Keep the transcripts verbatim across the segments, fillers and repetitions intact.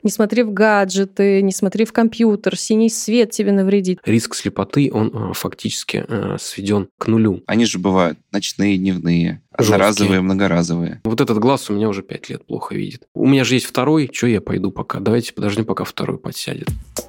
Не смотри в гаджеты, не смотри в компьютер, синий свет тебе навредит. Риск слепоты, он фактически сведен к нулю. Они же бывают ночные, дневные, одноразовые, многоразовые. Вот этот глаз у меня уже пять лет плохо видит. У меня же есть второй, что я пойду пока? Давайте подождем, пока второй подсядет.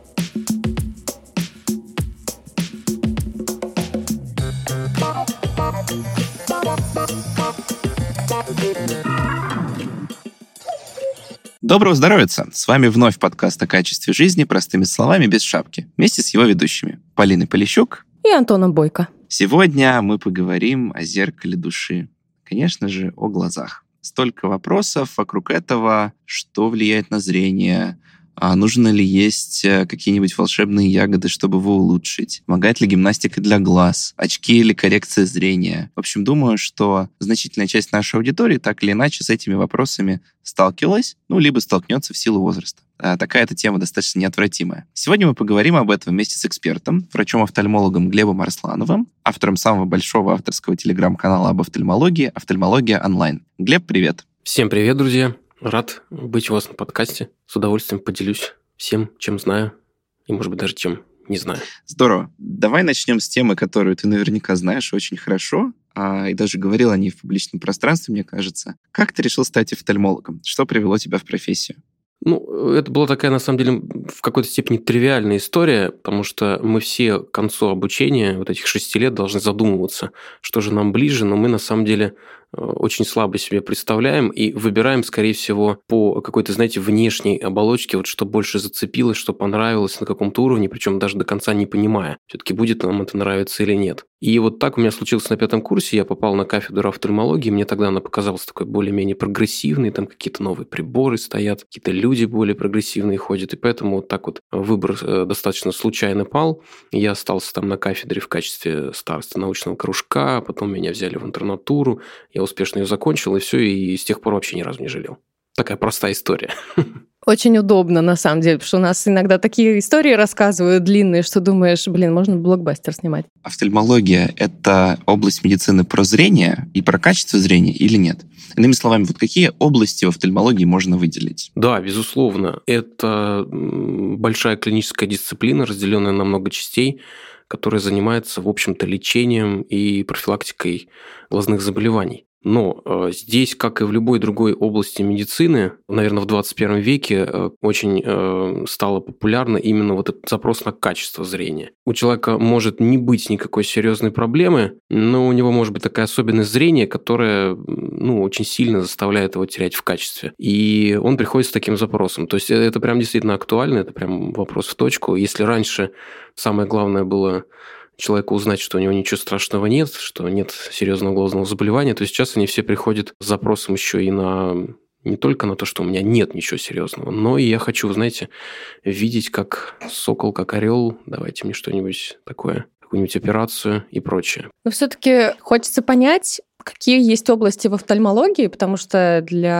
Доброго здоровья! С вами вновь подкаст о качестве жизни простыми словами без шапки. Вместе с его ведущими Полиной Полищук и Антоном Бойко. Сегодня мы поговорим о зеркале души. Конечно же, о глазах. Столько вопросов вокруг этого, что влияет на зрение, а нужно ли есть какие-нибудь волшебные ягоды, чтобы его улучшить? Помогает ли гимнастика для глаз? Очки или коррекция зрения? В общем, думаю, что значительная часть нашей аудитории так или иначе с этими вопросами сталкивалась, ну, либо столкнется в силу возраста. А такая-то тема достаточно неотвратимая. Сегодня мы поговорим об этом вместе с экспертом, врачом-офтальмологом Глебом Арслановым, автором самого большого авторского телеграм-канала об офтальмологии «Офтальмология онлайн». Глеб, привет! Всем привет, друзья! Рад быть у вас на подкасте. С удовольствием поделюсь всем, чем знаю, и, может быть, даже чем не знаю. Здорово. Давай начнем с темы, которую ты наверняка знаешь очень хорошо, а, и даже говорил о ней в публичном пространстве, мне кажется. Как ты решил стать офтальмологом? Что привело тебя в профессию? Ну, это была такая, на самом деле, в какой-то степени тривиальная история, потому что мы все к концу обучения, вот этих шести лет, должны задумываться, что же нам ближе, но мы, на самом деле, очень слабо себе представляем и выбираем, скорее всего, по какой-то, знаете, внешней оболочке, вот что больше зацепилось, что понравилось на каком-то уровне, причем даже до конца не понимая, все-таки будет нам это нравиться или нет. И вот так у меня случилось на пятом курсе, я попал на кафедру офтальмологии, мне тогда она показалась такой более-менее прогрессивной, там какие-то новые приборы стоят, какие-то люди более прогрессивные ходят, и поэтому вот так вот выбор достаточно случайно пал. Я остался там на кафедре в качестве староста научного кружка, потом меня взяли в интернатуру, я успешно ее закончил, и все, и с тех пор вообще ни разу не жалел. Такая простая история. Очень удобно, на самом деле, потому что у нас иногда такие истории рассказывают длинные, что думаешь, блин, можно блокбастер снимать. Офтальмология — это область медицины про зрение и про качество зрения или нет? Иными словами, вот какие области в офтальмологии можно выделить? Да, безусловно. Это большая клиническая дисциплина, разделенная на много частей, которая занимается, в общем-то, лечением и профилактикой глазных заболеваний. Но э, здесь, как и в любой другой области медицины, наверное, в двадцать первом веке э, очень э, стало популярно именно вот этот запрос на качество зрения. У человека может не быть никакой серьезной проблемы, но у него может быть такая особенность зрения, которая ну, очень сильно заставляет его терять в качестве. И он приходит с таким запросом. То есть это прям действительно актуально, это прям вопрос в точку. Если раньше самое главное было человеку узнать, что у него ничего страшного нет, что нет серьезного глазного заболевания, то сейчас они все приходят с запросом еще и на не только на то, что у меня нет ничего серьезного, но и я хочу, вы знаете, видеть как сокол, как орел, давайте мне что-нибудь такое, какую-нибудь операцию и прочее. Но все-таки хочется понять, какие есть области в офтальмологии, потому что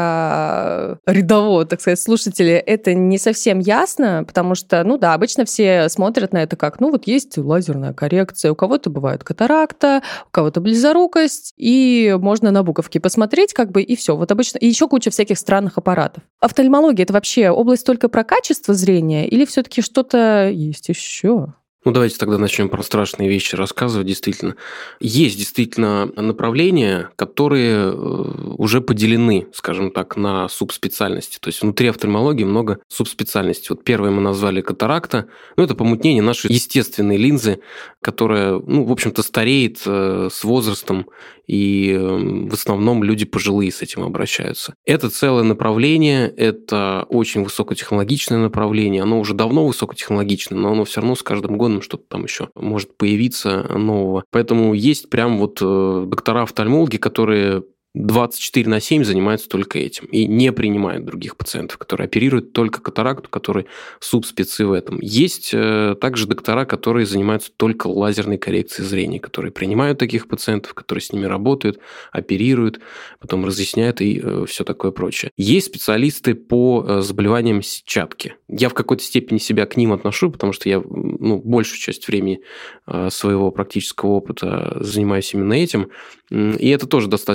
для рядового, так сказать, слушателя это не совсем ясно, потому что, ну да, обычно все смотрят на это как, ну вот есть лазерная коррекция, у кого-то бывает катаракта, у кого-то близорукость, и можно на буковки посмотреть, как бы, и все. Вот обычно, и еще куча всяких странных аппаратов. Офтальмология — это вообще область только про качество зрения или все-таки что-то есть еще? Ну, давайте тогда начнем про страшные вещи рассказывать. Действительно, есть действительно направления, которые уже поделены, скажем так, на субспециальности. То есть внутри офтальмологии много субспециальностей. Вот первое мы назвали катаракта. Ну, это помутнение нашей естественной линзы, которая, ну, в общем-то, стареет с возрастом, и в основном люди пожилые с этим обращаются. Это целое направление, это очень высокотехнологичное направление. Оно уже давно высокотехнологичное, но оно все равно с каждым годом что-то там еще может появиться нового. Поэтому есть прям вот доктора-офтальмологи, которые двадцать четыре на семь занимаются только этим и не принимают других пациентов, которые оперируют только катаракту, которые субспецы в этом. Есть э, также доктора, которые занимаются только лазерной коррекцией зрения, которые принимают таких пациентов, которые с ними работают, оперируют, потом разъясняют и э, все такое прочее. Есть специалисты по э, заболеваниям сетчатки. Я в какой-то степени себя к ним отношу, потому что я ну, большую часть времени э, своего практического опыта занимаюсь именно этим. И это тоже достаточно интересно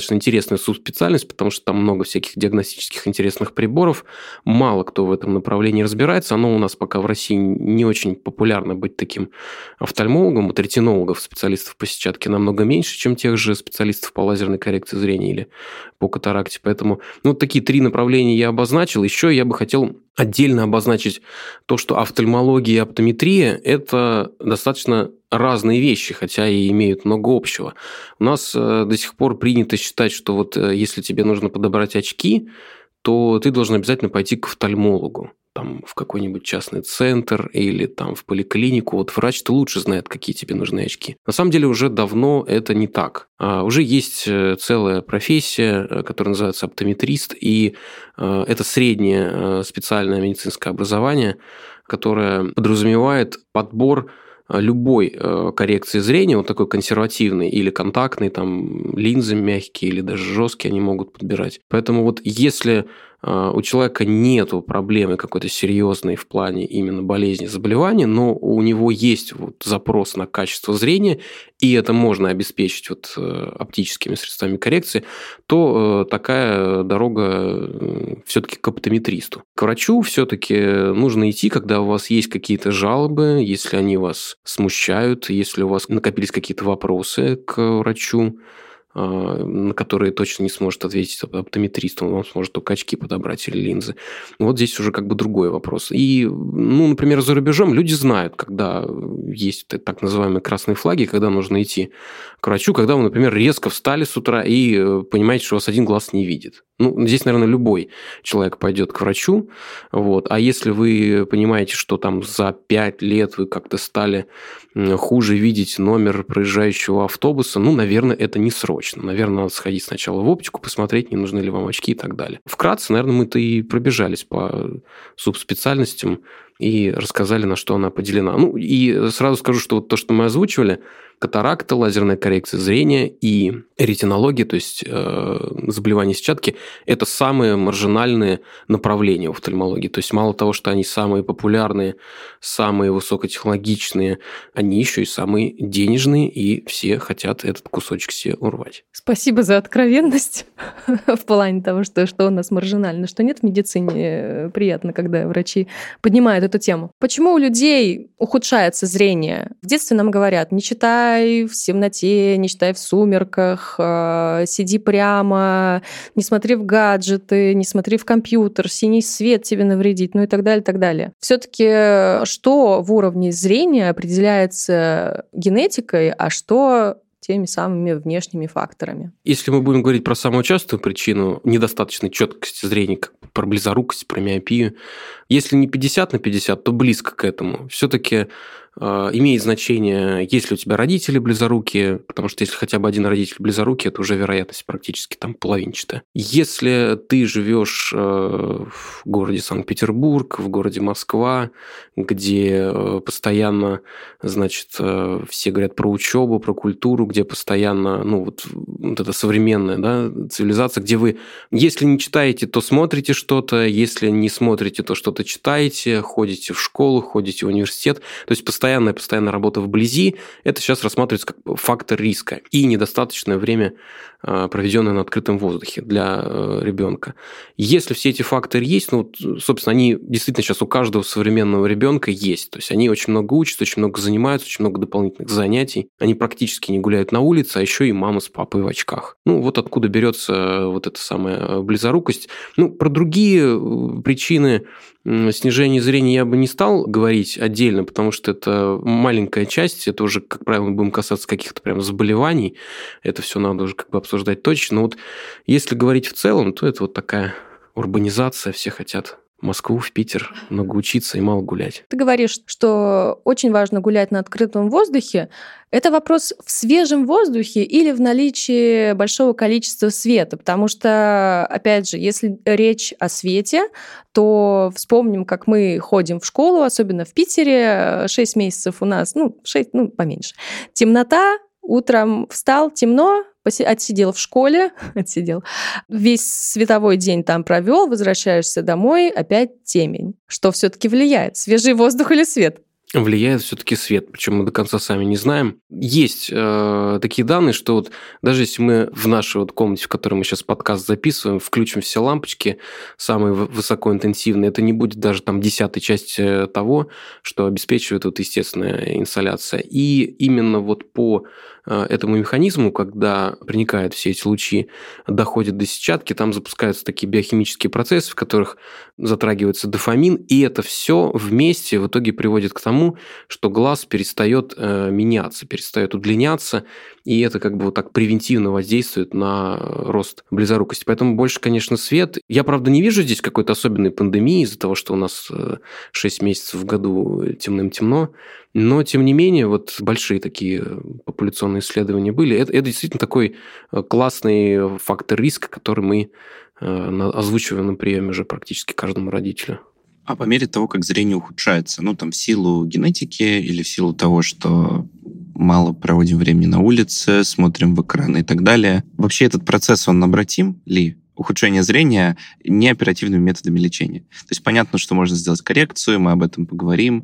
интересная субспециальность, потому что там много всяких диагностических интересных приборов. Мало кто в этом направлении разбирается. Оно у нас пока в России не очень популярно быть таким офтальмологом. Вот ретинологов, специалистов по сетчатке, намного меньше, чем тех же специалистов по лазерной коррекции зрения или по катаракте. Поэтому ну, вот такие три направления я обозначил. Еще я бы хотел отдельно обозначить то, что офтальмология и оптометрия – это достаточно разные вещи, хотя и имеют много общего. У нас до сих пор принято считать, что вот если тебе нужно подобрать очки, то ты должен обязательно пойти к офтальмологу. Там, в какой-нибудь частный центр или там в поликлинику. Вот врач-то лучше знает, какие тебе нужны очки. На самом деле уже давно это не так. А уже есть целая профессия, которая называется оптометрист, и это среднее специальное медицинское образование, которое подразумевает подбор любой коррекции зрения, вот такой консервативный или контактный, там линзы мягкие или даже жесткие они могут подбирать. Поэтому вот если у человека нет проблемы какой-то серьезной в плане именно болезни, заболевания, но у него есть вот запрос на качество зрения, и это можно обеспечить вот оптическими средствами коррекции, то такая дорога все-таки к оптометристу. К врачу все-таки нужно идти, когда у вас есть какие-то жалобы, если они вас смущают, если у вас накопились какие-то вопросы к врачу, на которые точно не сможет ответить оптометрист, он вам сможет только очки подобрать или линзы. Вот здесь уже как бы другой вопрос. И, ну, например, за рубежом люди знают, когда есть так называемые красные флаги, когда нужно идти к врачу, когда вы, например, резко встали с утра и понимаете, что у вас один глаз не видит. Ну, здесь, наверное, любой человек пойдет к врачу. Вот. А если вы понимаете, что там за пять лет вы как-то стали хуже видеть номер проезжающего автобуса, ну, наверное, это не срочно. Наверное, надо сходить сначала в оптику, посмотреть, не нужны ли вам очки и так далее. Вкратце, наверное, мы-то и пробежались по субспециальностям и рассказали, на что она поделена. Ну, и сразу скажу, что вот то, что мы озвучивали, катаракта, лазерная коррекция зрения и ретинология, то есть э, заболевания сетчатки, это самые маржинальные направления в офтальмологии. То есть мало того, что они самые популярные, самые высокотехнологичные, они еще и самые денежные, и все хотят этот кусочек себе урвать. Спасибо за откровенность в плане того, что, что у нас маржинально, что нет в медицине. Приятно, когда врачи поднимают эту тему. Почему у людей ухудшается зрение? В детстве нам говорят, не читай в темноте, не читай в сумерках, сиди прямо, не смотри в гаджеты, не смотри в компьютер, синий свет тебе навредит, ну и так далее, так далее. Все-таки что в уровне зрения определяется генетикой, а что теми самыми внешними факторами? Если мы будем говорить про самую частую причину недостаточной четкости зрения, как про близорукость, про миопию, если не пятьдесят на пятьдесят, то близко к этому. Все-таки имеет значение, есть ли у тебя родители близорукие, потому что если хотя бы один родитель близорукий, это уже вероятность практически там половинчатая. Если ты живешь в городе Санкт-Петербург, в городе Москва, где постоянно, значит, все говорят про учебу, про культуру, где постоянно, ну, вот, вот эта современная, да, цивилизация, где вы, если не читаете, то смотрите что-то, если не смотрите, то что-то читаете, ходите в школу, ходите в университет, то есть постоянно Постоянная, постоянная работа вблизи, это сейчас рассматривается как фактор риска и недостаточное время, проведенное на открытом воздухе для ребенка. Если все эти факторы есть, ну, собственно, они действительно сейчас у каждого современного ребенка есть. То есть они очень много учатся, очень много занимаются, очень много дополнительных занятий. Они практически не гуляют на улице, а еще и мама с папой в очках. Ну, вот откуда берется вот эта самая близорукость. Ну, про другие причины снижения зрения я бы не стал говорить отдельно, потому что это маленькая часть, это уже, как правило, мы будем касаться каких-то прям заболеваний, это все надо уже как бы обсуждать точно. Но вот если говорить в целом, то это вот такая урбанизация, все хотят в Москву, в Питер, много учиться и мало гулять. Ты говоришь, что очень важно гулять на открытом воздухе. Это вопрос в свежем воздухе или в наличии большого количества света? Потому что, опять же, если речь о свете, то вспомним, как мы ходим в школу, особенно в Питере, шесть месяцев у нас, ну, шесть, ну, поменьше. Темнота, утром встал, темно, отсидел в школе, отсидел, весь световой день там провел, возвращаешься домой, опять темень. Что все-таки влияет? Свежий воздух или свет? влияет все-таки свет, причем мы до конца сами не знаем. Есть э, такие данные, что вот даже если мы в нашей вот комнате, в которой мы сейчас подкаст записываем, включим все лампочки самые высокоинтенсивные, это не будет даже там десятой части того, что обеспечивает вот естественная инсоляция. И именно вот по этому механизму, когда проникают все эти лучи, доходят до сетчатки, там запускаются такие биохимические процессы, в которых затрагивается дофамин, и это все вместе в итоге приводит к тому, что глаз перестает э, меняться, перестает удлиняться, и это как бы вот так превентивно воздействует на рост близорукости. Поэтому больше, конечно, свет. Я, правда, не вижу здесь какой-то особенной пандемии из-за того, что у нас шесть месяцев в году темным-темно, но, тем не менее, вот большие такие популяционные исследования были. Это, это действительно такой классный фактор риска, который мы озвучиваем на приеме уже практически каждому родителю. А по мере того, как зрение ухудшается, ну, там, в силу генетики или в силу того, что мало проводим времени на улице, смотрим в экраны и так далее, вообще этот процесс, он обратим ли? Ухудшение зрения не оперативными методами лечения. То есть понятно, что можно сделать коррекцию, мы об этом поговорим,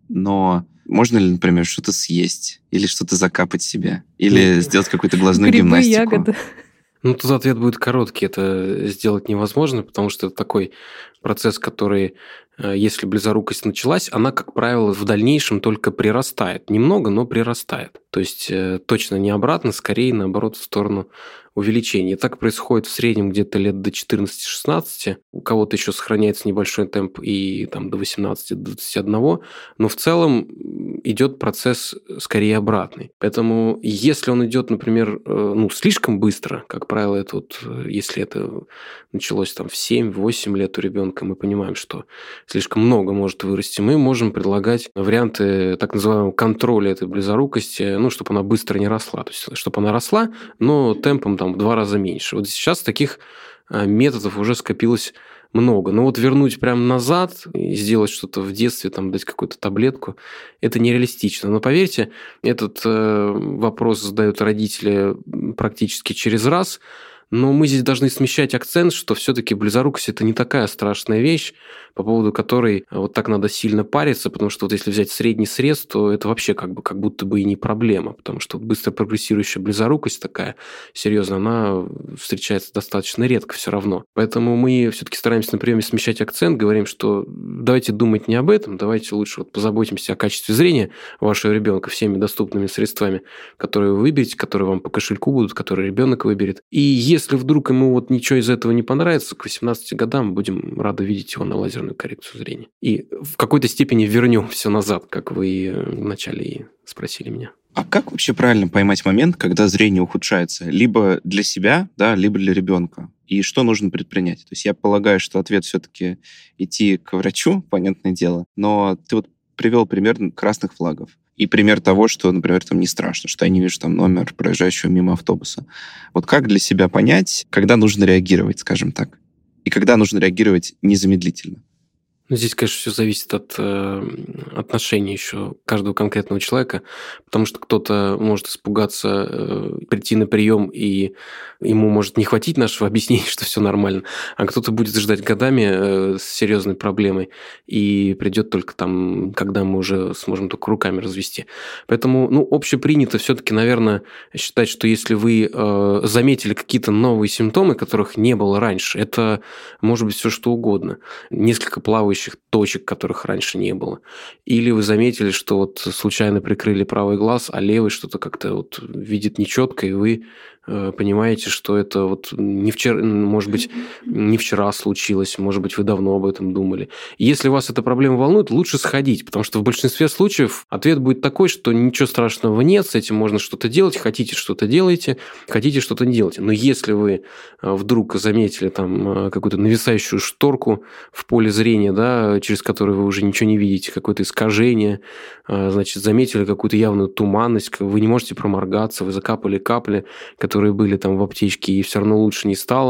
но можно ли, например, что-то съесть или что-то закапать себе, или сделать какую-то глазную Грибы, гимнастику? ягоды. Ну, тут ответ будет короткий. Это сделать невозможно, потому что это такой процесс, который, если близорукость началась, она, как правило, в дальнейшем только прирастает. Немного, но прирастает. То есть точно не обратно, скорее, наоборот, в сторону увеличения. И так происходит в среднем где-то лет до четырнадцати-шестнадцати. У кого-то еще сохраняется небольшой темп и там, до восемнадцати-двадцати одного, но в целом идет процесс скорее обратный. Поэтому если он идет, например, ну, слишком быстро, как правило, это вот, если это началось там в семь-восемь лет у ребенка, мы понимаем, что слишком много может вырасти, мы можем предлагать варианты так называемого контроля этой близорукости, ну, чтобы она быстро не росла. То есть, чтобы она росла, но темпом там в два раза меньше. Вот сейчас таких методов уже скопилось много. Но вот вернуть прямо назад и сделать что-то в детстве, там, дать какую-то таблетку, это нереалистично. Но поверьте, этот э, вопрос задают родители практически через раз. Но мы здесь должны смещать акцент, что все-таки близорукость – это не такая страшная вещь, по поводу которой вот так надо сильно париться, потому что вот если взять средний срез, то это вообще как бы как будто бы и не проблема, потому что вот быстро прогрессирующая близорукость такая серьезная, она встречается достаточно редко все равно. Поэтому мы все-таки стараемся на приеме смещать акцент, говорим, что давайте думать не об этом, давайте лучше вот позаботимся о качестве зрения вашего ребенка всеми доступными средствами, которые вы выберете, которые вам по кошельку будут, которые ребенок выберет. И если вдруг ему вот ничего из этого не понравится, к восемнадцати годам будем рады видеть его на лазерную коррекцию зрения. И в какой-то степени вернем все назад, как вы вначале и спросили меня. А как вообще правильно поймать момент, когда зрение ухудшается? Либо для себя, да, либо для ребенка? И что нужно предпринять? То есть я полагаю, что ответ все-таки идти к врачу, понятное дело, но ты вот привел пример красных флагов. И пример того, что, например, там не страшно, что я не вижу там номер проезжающего мимо автобуса. Вот как для себя понять, когда нужно реагировать, скажем так, и когда нужно реагировать незамедлительно? Ну, здесь, конечно, все зависит от э, отношения еще каждого конкретного человека, потому что кто-то может испугаться, э, прийти на прием, и ему может не хватить нашего объяснения, что все нормально, а кто-то будет ждать годами э, с серьезной проблемой и придет только там, когда мы уже сможем только руками развести. Поэтому, ну, общепринято все-таки, наверное, считать, что если вы э, заметили какие-то новые симптомы, которых не было раньше, это может быть все что угодно. Несколько плавающих точек, которых раньше не было. Или вы заметили, что вот случайно прикрыли правый глаз, а левый что-то как-то вот видит нечетко, и вы э, понимаете, что это вот не вчера, может быть, не вчера случилось, может быть, вы давно об этом думали. И если вас эта проблема волнует, лучше сходить, потому что в большинстве случаев ответ будет такой, что ничего страшного нет, с этим можно что-то делать, хотите что-то делайте, хотите что-то не делайте. Но если вы вдруг заметили там какую-то нависающую шторку в поле зрения, да, через которую вы уже ничего не видите, какое-то искажение, значит, заметили какую-то явную туманность, вы не можете проморгаться, вы закапали капли, которые были там в аптечке, и все равно лучше не стало,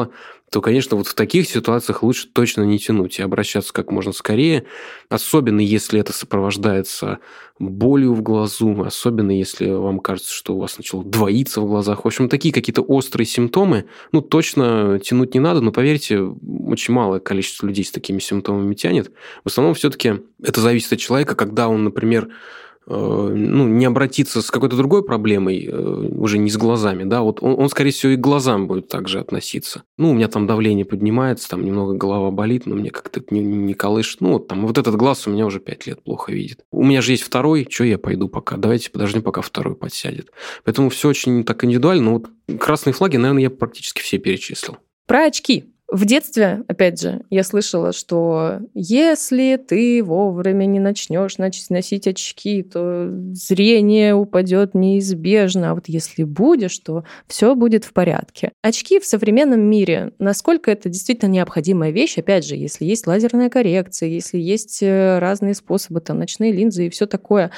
то, конечно, вот в таких ситуациях лучше точно не тянуть и обращаться как можно скорее, особенно если это сопровождается болью в глазу, особенно если вам кажется, что у вас начало двоиться в глазах. В общем, такие какие-то острые симптомы, ну, точно тянуть не надо, но, поверьте, очень малое количество людей с такими симптомами тянет. В основном все-таки это зависит от человека, когда он, например, ну, не обратиться с какой-то другой проблемой, уже не с глазами, да, вот он, он, скорее всего, и к глазам будет также относиться. Ну, у меня там давление поднимается, там немного голова болит, но мне как-то это не, не колышет. Ну, вот там вот этот глаз у меня уже пять лет плохо видит. У меня же есть второй, что я пойду пока? Давайте подождем, пока второй подсядет. Поэтому все очень так индивидуально, но вот красные флаги, наверное, я практически все перечислил. Про очки. В детстве, опять же, я слышала, что если ты вовремя не начнешь носить очки, то зрение упадет неизбежно. А вот если будешь, то все будет в порядке. Очки в современном мире, насколько это действительно необходимая вещь, опять же, если есть лазерная коррекция, если есть разные способы, там, ночные линзы и все такое,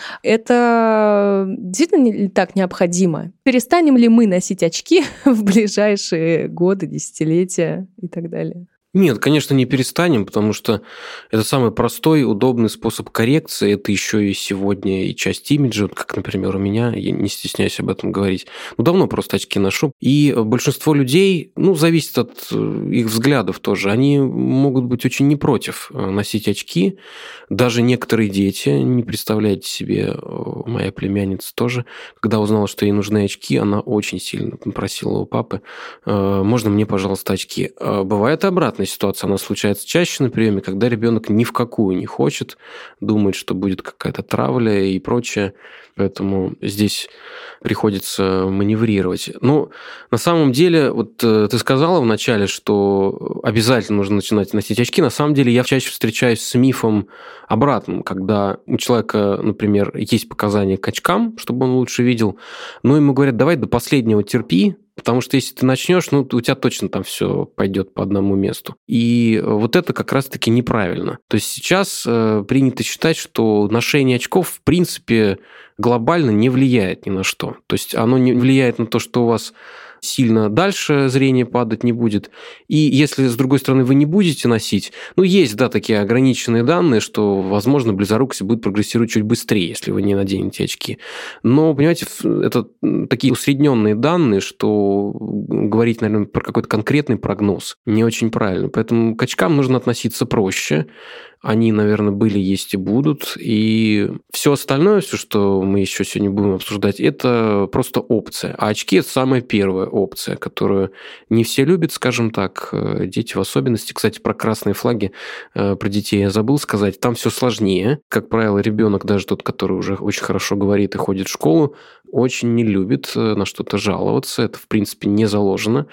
это действительно ли так необходимо? Перестанем ли мы носить очки в ближайшие годы, десятилетия и так далее? далее. Нет, конечно, не перестанем, потому что это самый простой, удобный способ коррекции. Это еще и сегодня и часть имиджа, как, например, у меня, я не стесняюсь об этом говорить. Ну, давно просто очки ношу. И большинство людей, ну, зависит от их взглядов тоже, они могут быть очень не против носить очки. Даже некоторые дети, не представляете себе, моя племянница тоже, когда узнала, что ей нужны очки, она очень сильно просила у папы: можно мне, пожалуйста, очки. Бывает обратно. Ситуация, она случается чаще на приеме, когда ребенок ни в какую не хочет, думает, что будет какая-то травля и прочее. Поэтому здесь приходится маневрировать. Ну, на самом деле, вот ты сказала вначале, что обязательно нужно начинать носить очки. На самом деле, я чаще встречаюсь с мифом обратным, когда у человека, например, есть показания к очкам, чтобы он лучше видел, но ему говорят: давай до последнего терпи, потому что если ты начнешь, ну, у тебя точно там все пойдет по одному месту. И вот это как раз-таки неправильно. То есть сейчас э, принято считать, что ношение очков, в принципе, глобально не влияет ни на что. То есть оно не влияет на то, что у вас сильно дальше зрение падать не будет. И если, с другой стороны, вы не будете носить, ну, есть, да, такие ограниченные данные, что, возможно, близорукость будет прогрессировать чуть быстрее, если вы не наденете очки. Но, понимаете, это такие усредненные данные, что говорить, наверное, про какой-то конкретный прогноз не очень правильно. Поэтому к очкам нужно относиться проще. Они, наверное, были, есть и будут. И все остальное, все, что мы еще сегодня будем обсуждать, это просто опция. А очки – это самая первая опция, которую не все любят, скажем так, дети в особенности. Кстати, про красные флаги, про детей я забыл сказать. Там все сложнее. Как правило, ребенок, даже тот, который уже очень хорошо говорит и ходит в школу, очень не любит на что-то жаловаться. Это, в принципе, не заложено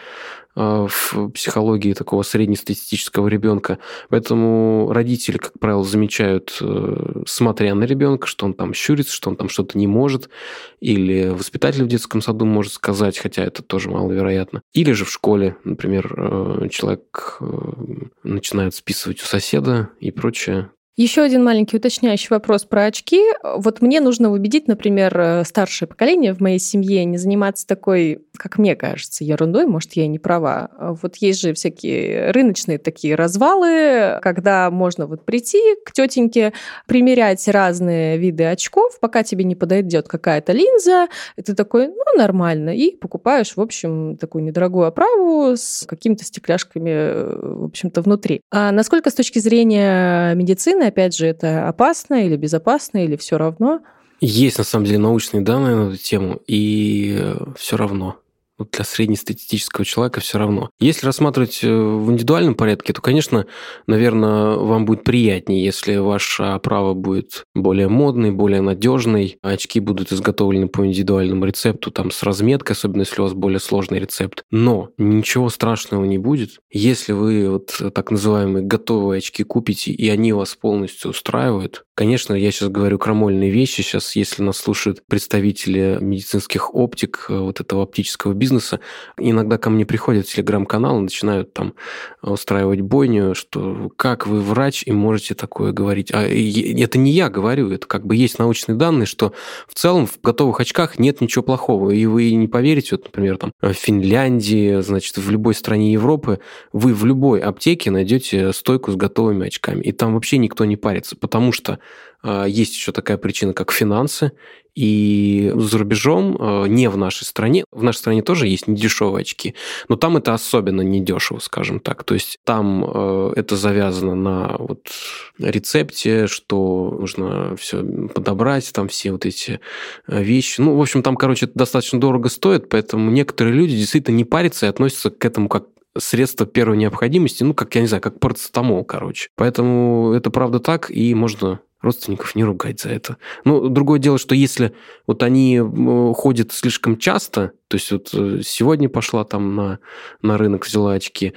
в психологии такого среднестатистического ребенка. Поэтому родители, как правило, замечают, смотря на ребенка, что он там щурится, что он там что-то не может, или воспитатель в детском саду может сказать, хотя это тоже маловероятно. Или же в школе, например, человек начинает списывать у соседа и прочее. Еще один маленький уточняющий вопрос про очки. Вот мне нужно убедить, например, старшее поколение в моей семье не заниматься такой, как мне кажется, ерундой, может, я и не права. Вот есть же всякие рыночные такие развалы, когда можно вот прийти к тетеньке, примерять разные виды очков, пока тебе не подойдет какая-то линза, и ты такой: ну, нормально, и покупаешь, в общем, такую недорогую оправу с какими-то стекляшками, в общем-то, внутри. А насколько с точки зрения медицины, опять же, это опасно или безопасно, или все равно? Есть, на самом деле, научные данные на эту тему, и все равно. Вот для среднестатистического человека все равно. Если рассматривать в индивидуальном порядке, то, конечно, наверное, вам будет приятнее, если ваша оправа будет более модной, более надежной, а очки будут изготовлены по индивидуальному рецепту, там, с разметкой, особенно если у вас более сложный рецепт. Но ничего страшного не будет, если вы вот так называемые готовые очки купите, и они вас полностью устраивают. Конечно, я сейчас говорю крамольные вещи. Сейчас, если нас слушают представители медицинских оптик, вот этого оптического бизнеса, бизнеса. Иногда ко мне приходят в телеграм-канал и начинают там устраивать бойню, что как вы врач и можете такое говорить. А это не я говорю, это как бы есть научные данные, что в целом в готовых очках нет ничего плохого. И вы не поверите, вот, например, там, в Финляндии, значит, в любой стране Европы, вы в любой аптеке найдете стойку с готовыми очками. И там вообще никто не парится, потому что э, есть еще такая причина, как финансы. И за рубежом, э, не в нашей стране, в нашей стране тоже есть недешевые очки, но там это особенно недешево, скажем так. То есть там э, это завязано на вот рецепте, что нужно все подобрать, там все вот эти вещи. Ну, в общем, там, короче, это достаточно дорого стоит, поэтому некоторые люди действительно не парятся и относятся к этому как средство первой необходимости, ну, как, я не знаю, как парацетамол, короче. Поэтому это правда так, и можно родственников не ругать за это. Ну, другое дело, что если вот они ходят слишком часто, то есть вот сегодня пошла там на, на рынок, взяла очки,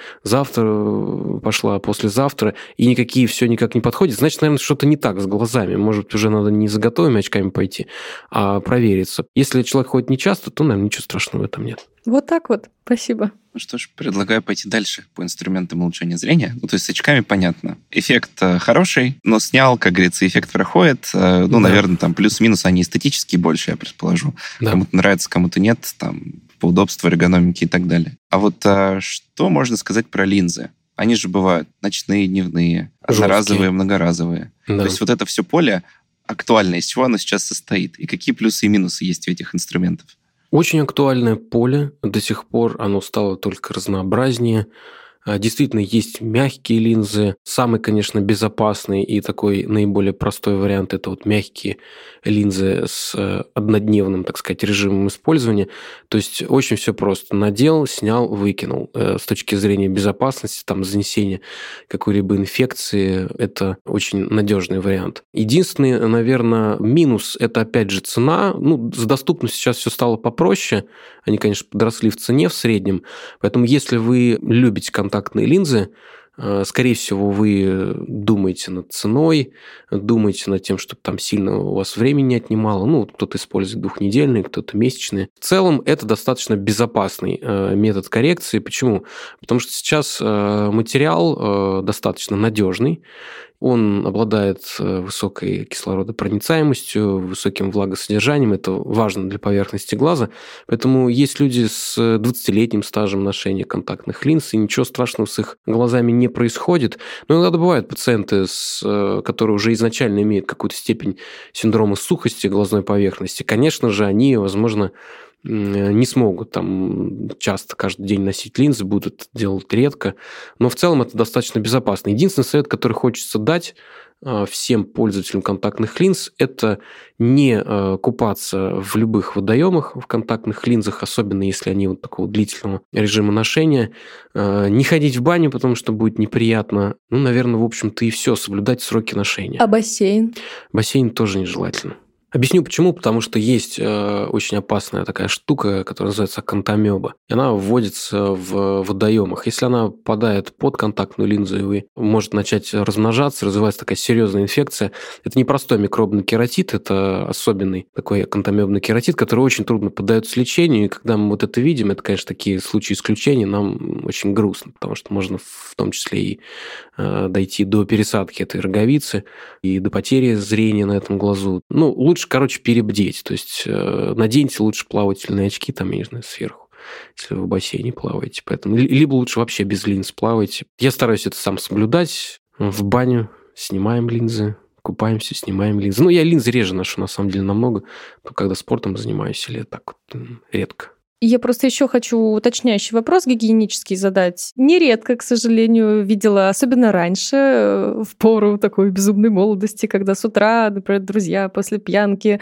завтра пошла, послезавтра, и никакие все никак не подходят, значит, наверное, что-то не так с глазами. Может, уже надо не за готовыми очками пойти, а провериться. Если человек ходит нечасто, то, наверное, ничего страшного в этом нет. Вот так вот. Спасибо. Ну что ж, предлагаю пойти дальше по инструментам улучшения зрения. Ну, то есть с очками понятно. Эффект хороший, но снял, как говорится, эффект проходит. Ну, да. Наверное, там плюс-минус они эстетические больше, я предположу. Да. Кому-то нравится, кому-то нет, там, по удобству, эргономике и так далее. А вот а, что можно сказать про линзы? Они же бывают ночные, дневные, одноразовые, многоразовые. Да. То есть вот это все поле актуально, из чего оно сейчас состоит? И какие плюсы и минусы есть у этих инструментов? Очень актуальное поле. До сих пор оно стало только разнообразнее. Действительно, есть мягкие линзы. Самый, конечно, безопасный и такой наиболее простой вариант – это вот мягкие линзы с однодневным, так сказать, режимом использования. То есть очень все просто. Надел, снял, выкинул. С точки зрения безопасности, там, занесения какой-либо инфекции – это очень надежный вариант. Единственный, наверное, минус – это, опять же, цена. Ну, с доступностью сейчас все стало попроще. Они, конечно, подросли в цене в среднем. Поэтому, если вы любите контактные линзы, скорее всего, вы думаете над ценой, думаете над тем, чтобы там сильно у вас времени не отнимало. Ну, кто-то использует двухнедельные, кто-то месячные. В целом, это достаточно безопасный метод коррекции. Почему? Потому что сейчас материал достаточно надежный. Он обладает высокой кислородопроницаемостью, высоким влагосодержанием. Это важно для поверхности глаза. Поэтому есть люди с двадцатилетним стажем ношения контактных линз, и ничего страшного с их глазами не происходит. Но иногда бывают пациенты, с, которые уже изначально имеют какую-то степень синдрома сухости глазной поверхности. Конечно же, они, возможно, не смогут там часто каждый день носить линзы, будут это делать редко, но в целом это достаточно безопасно. Единственный совет, который хочется дать всем пользователям контактных линз, это не купаться в любых водоемах в контактных линзах, особенно если они вот такого длительного режима ношения, не ходить в баню, потому что будет неприятно. Ну, наверное, в общем-то и все, соблюдать сроки ношения. А бассейн? Бассейн тоже нежелательно. Объясню почему. Потому что есть э, очень опасная такая штука, которая называется акантамеба. И она вводится в водоемах. Если она попадает под контактную линзу, и вы может начать размножаться, развивается такая серьезная инфекция. Это не простой микробный кератит, это особенный такой акантамебный кератит, который очень трудно поддается лечению. И когда мы вот это видим, это, конечно, такие случаи исключения, нам очень грустно, потому что можно в том числе и э, дойти до пересадки этой роговицы и до потери зрения на этом глазу. Ну, лучше короче, перебдеть. То есть э, наденьте лучше плавательные очки, там, я не знаю, сверху, если вы в бассейне плаваете. Поэтому либо лучше вообще без линз плавайте. Я стараюсь это сам соблюдать. В баню снимаем линзы, купаемся, снимаем линзы. Ну, я линзы реже ношу, на самом деле, намного. Но когда спортом занимаюсь, или так вот редко. Я просто еще хочу уточняющий вопрос гигиенический задать. Нередко, к сожалению, видела, особенно раньше, в пору такой безумной молодости, когда с утра, например, друзья после пьянки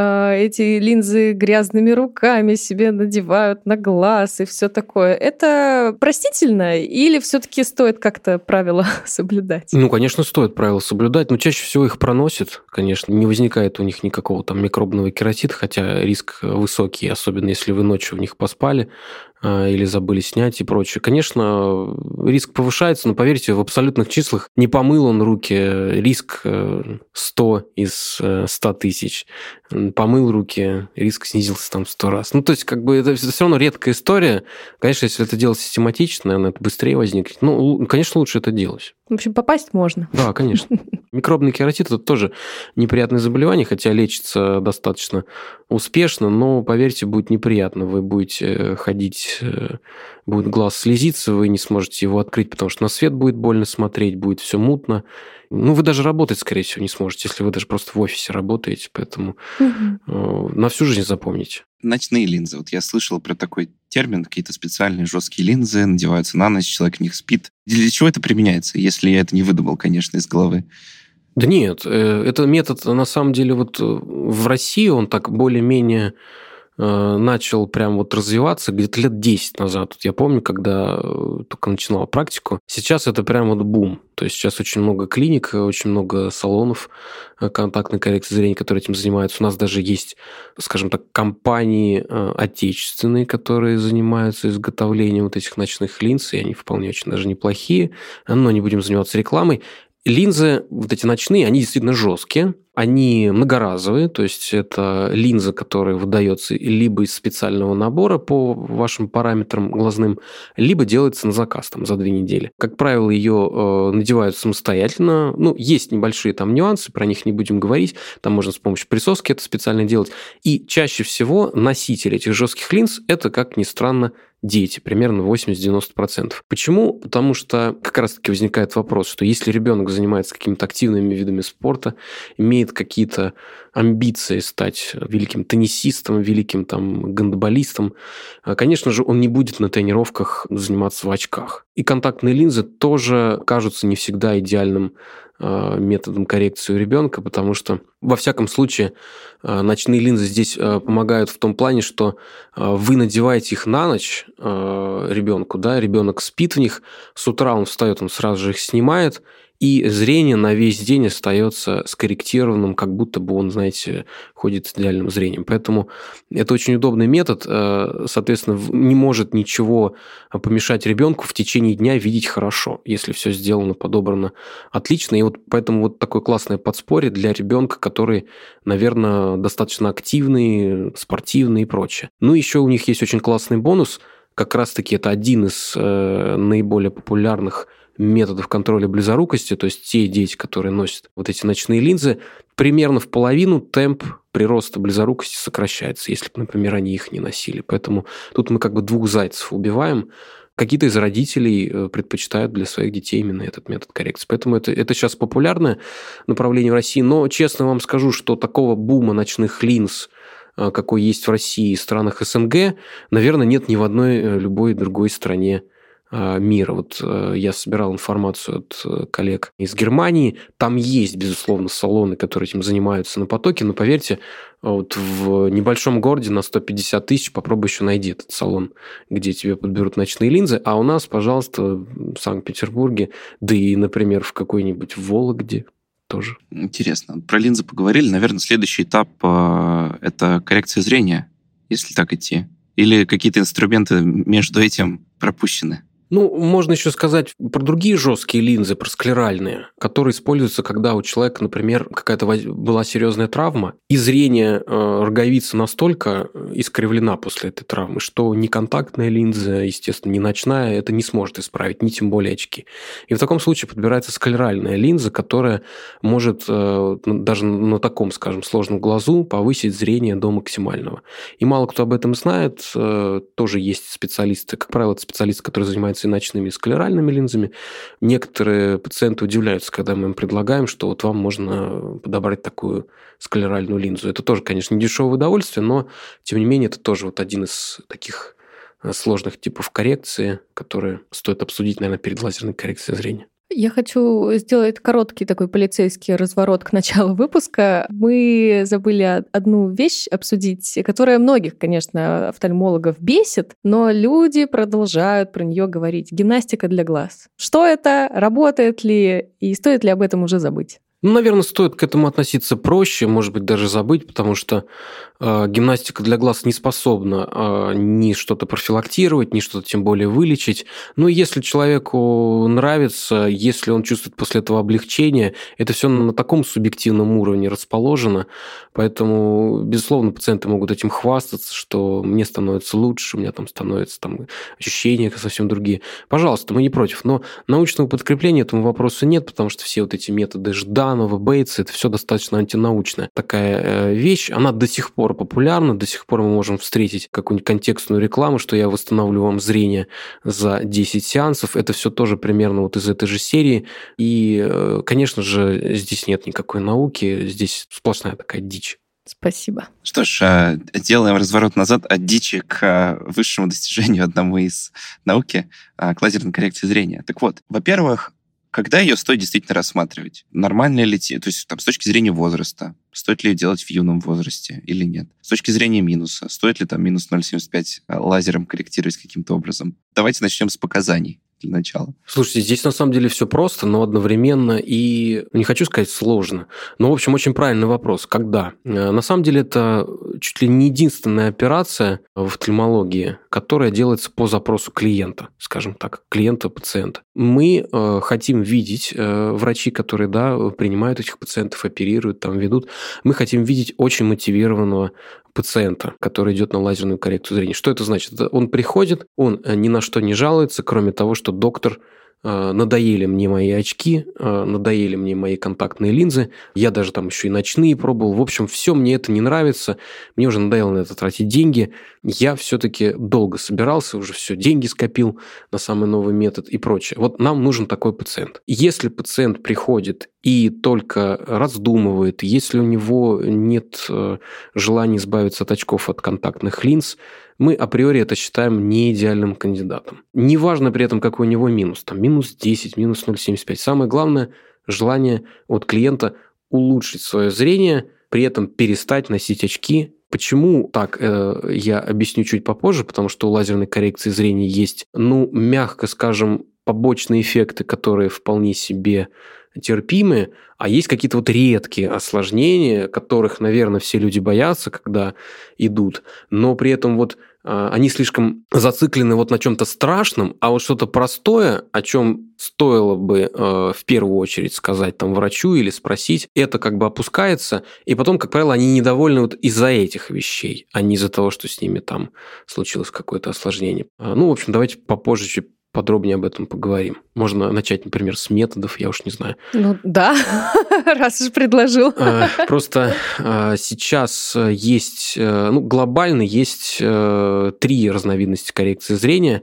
эти линзы грязными руками себе надевают на глаз и все такое. Это простительно или все-таки стоит как-то правила соблюдать? Ну, конечно, стоит правила соблюдать, но чаще всего их проносят, конечно. Не возникает у них никакого там микробного кератита, хотя риск высокий, особенно если вы ночью в них поспали, или забыли снять и прочее. Конечно, риск повышается, но поверьте, в абсолютных числах не помыл он руки, риск сто из ста тысяч. Помыл руки, риск снизился там в сто раз. Ну, то есть, как бы, это все равно редкая история. Конечно, если это делать систематично, наверное, это быстрее возникнет. Ну, конечно, лучше это делать. В общем, попасть можно. Да, конечно. Микробный кератит – это тоже неприятное заболевание, хотя лечится достаточно успешно, но, поверьте, будет неприятно. Вы будете ходить, будет глаз слезиться, вы не сможете его открыть, потому что на свет будет больно смотреть, будет все мутно. Ну, вы даже работать, скорее всего, не сможете, если вы даже просто в офисе работаете, поэтому угу. на всю жизнь запомните. Ночные линзы. Вот я слышал про такой термин, какие-то специальные жесткие линзы надеваются на ночь, человек в них спит. Для чего это применяется, если я это не выдумал, конечно, из головы? Да нет, это метод, на самом деле, вот в России он так более-менее начал прям вот развиваться где-то лет десять назад. Вот я помню, когда только начинал практику. Сейчас это прям вот бум. То есть сейчас очень много клиник, очень много салонов контактной коррекции зрения, которые этим занимаются. У нас даже есть, скажем так, компании отечественные, которые занимаются изготовлением вот этих ночных линз, и они вполне очень даже неплохие. Но не будем заниматься рекламой. Линзы, вот эти ночные, они действительно жесткие, они многоразовые, то есть это линза, которая выдается либо из специального набора по вашим параметрам глазным, либо делается на заказ там, за две недели. Как правило, ее э, надевают самостоятельно. Ну, есть небольшие там нюансы, про них не будем говорить. Там можно с помощью присоски это специально делать. И чаще всего носитель этих жестких линз – это, как ни странно, дети, примерно восемьдесят-девяносто процентов. Почему? Потому что как раз-таки возникает вопрос, что если ребенок занимается какими-то активными видами спорта, имеет какие-то амбиции стать великим теннисистом, великим там гандболистом, конечно же, он не будет на тренировках заниматься в очках. И контактные линзы тоже кажутся не всегда идеальным методом коррекции у ребенка, потому что, во всяком случае, ночные линзы здесь помогают в том плане, что вы надеваете их на ночь ребенку, да, ребенок спит в них, с утра он встает, он сразу же их снимает, и зрение на весь день остается скорректированным, как будто бы он, знаете, ходит с идеальным зрением. Поэтому это очень удобный метод. Соответственно, не может ничего помешать ребенку в течение дня видеть хорошо, если все сделано, подобрано отлично. И вот поэтому вот такое классное подспорье для ребенка, который, наверное, достаточно активный, спортивный и прочее. Ну, еще у них есть очень классный бонус. Как раз-таки это один из наиболее популярных методов контроля близорукости, то есть те дети, которые носят вот эти ночные линзы, примерно в половину темп прироста близорукости сокращается, если бы, например, они их не носили. Поэтому тут мы как бы двух зайцев убиваем. Какие-то из родителей предпочитают для своих детей именно этот метод коррекции. Поэтому это, это сейчас популярное направление в России. Но честно вам скажу, что такого бума ночных линз, какой есть в России и странах СНГ, наверное, нет ни в одной любой другой стране мира. Вот я собирал информацию от коллег из Германии. Там есть, безусловно, салоны, которые этим занимаются на потоке, но поверьте, вот в небольшом городе на сто пятьдесят тысяч попробуй еще найди этот салон, где тебе подберут ночные линзы, а у нас, пожалуйста, в Санкт-Петербурге, да и, например, в какой-нибудь Вологде тоже. Интересно. Про линзы поговорили. Наверное, следующий этап – это коррекция зрения, если так идти. Или какие-то инструменты между этим пропущены? Ну, можно еще сказать про другие жесткие линзы, про склеральные, которые используются, когда у человека, например, какая-то была серьезная травма, и зрение роговицы настолько искривлена после этой травмы, что ни контактная линза, естественно, ни ночная, это не сможет исправить, ни тем более очки. И в таком случае подбирается склеральная линза, которая может даже на таком, скажем, сложном глазу повысить зрение до максимального. И мало кто об этом знает, тоже есть специалисты, как правило, это специалисты, которые занимаются и ночными, и склеральными линзами. Некоторые пациенты удивляются, когда мы им предлагаем, что вот вам можно подобрать такую склеральную линзу. Это тоже, конечно, не дешевое удовольствие, но, тем не менее, это тоже вот один из таких сложных типов коррекции, которые стоит обсудить, наверное, перед лазерной коррекцией зрения. Я хочу сделать короткий такой полицейский разворот к началу выпуска. Мы забыли одну вещь обсудить, которая многих, конечно, офтальмологов бесит, но люди продолжают про нее говорить. Гимнастика для глаз. Что это? Работает ли? И стоит ли об этом уже забыть? Ну, наверное, стоит к этому относиться проще, может быть, даже забыть, потому что э, гимнастика для глаз не способна э, ни что-то профилактировать, ни что-то тем более вылечить. Но если человеку нравится, если он чувствует после этого облегчение, это все на таком субъективном уровне расположено, поэтому, безусловно, пациенты могут этим хвастаться, что мне становится лучше, у меня там становятся там, ощущения совсем другие. Пожалуйста, мы не против, но научного подкрепления этому вопросу нет, потому что все вот эти методы Жданова, Бейтса, это все достаточно антинаучная такая вещь. Она до сих пор популярна, до сих пор мы можем встретить какую-нибудь контекстную рекламу, что я восстановлю вам зрение за десять сеансов. Это все тоже примерно вот из этой же серии. И, конечно же, здесь нет никакой науки, здесь сплошная такая дичь. Спасибо. Что ж, делаем разворот назад от дичи к высшему достижению одному из науки, к лазерной коррекции зрения. Так вот, во-первых, когда ее стоит действительно рассматривать? Нормально ли, то есть там, с точки зрения возраста, стоит ли ее делать в юном возрасте или нет? С точки зрения минуса, стоит ли там минус ноль целых семьдесят пять лазером корректировать каким-то образом? Давайте начнем с показаний для начала. Слушайте, здесь на самом деле все просто, но одновременно и, не хочу сказать сложно, но, в общем, очень правильный вопрос. Когда? На самом деле это чуть ли не единственная операция в офтальмологии, которая делается по запросу клиента, скажем так, клиента-пациента. Мы э, хотим видеть, э, врачи, которые да, принимают этих пациентов, оперируют, там, ведут, мы хотим видеть очень мотивированного пациента, который идет на лазерную коррекцию зрения. Что это значит? Он приходит, он ни на что не жалуется, кроме того, что доктор, надоели мне мои очки, надоели мне мои контактные линзы, я даже там еще и ночные пробовал. В общем, все мне это не нравится, мне уже надоело на это тратить деньги. Я все-таки долго собирался, уже все, деньги скопил на самый новый метод и прочее. Вот нам нужен такой пациент. Если пациент приходит и только раздумывает, если у него нет желания избавиться от очков, от контактных линз, мы априори это считаем не идеальным кандидатом. Неважно при этом, какой у него минус. Там минус десять, минус ноль целых семьдесят пять. Самое главное – желание от клиента улучшить свое зрение, при этом перестать носить очки. Почему так, э, я объясню чуть попозже, потому что у лазерной коррекции зрения есть, ну, мягко скажем, побочные эффекты, которые вполне себе терпимые, а есть какие-то вот редкие осложнения, которых, наверное, все люди боятся, когда идут, но при этом вот э, они слишком зациклены вот на чем-то страшном, а вот что-то простое, о чем стоило бы э, в первую очередь сказать там врачу или спросить, это как бы опускается, и потом, как правило, они недовольны вот из-за этих вещей, а не из-за того, что с ними там случилось какое-то осложнение. А, ну, в общем, давайте попозже чуть подробнее об этом поговорим. Можно начать, например, с методов, я уж не знаю. Ну да, раз уж предложил. Просто сейчас есть, ну, глобально есть три разновидности коррекции зрения.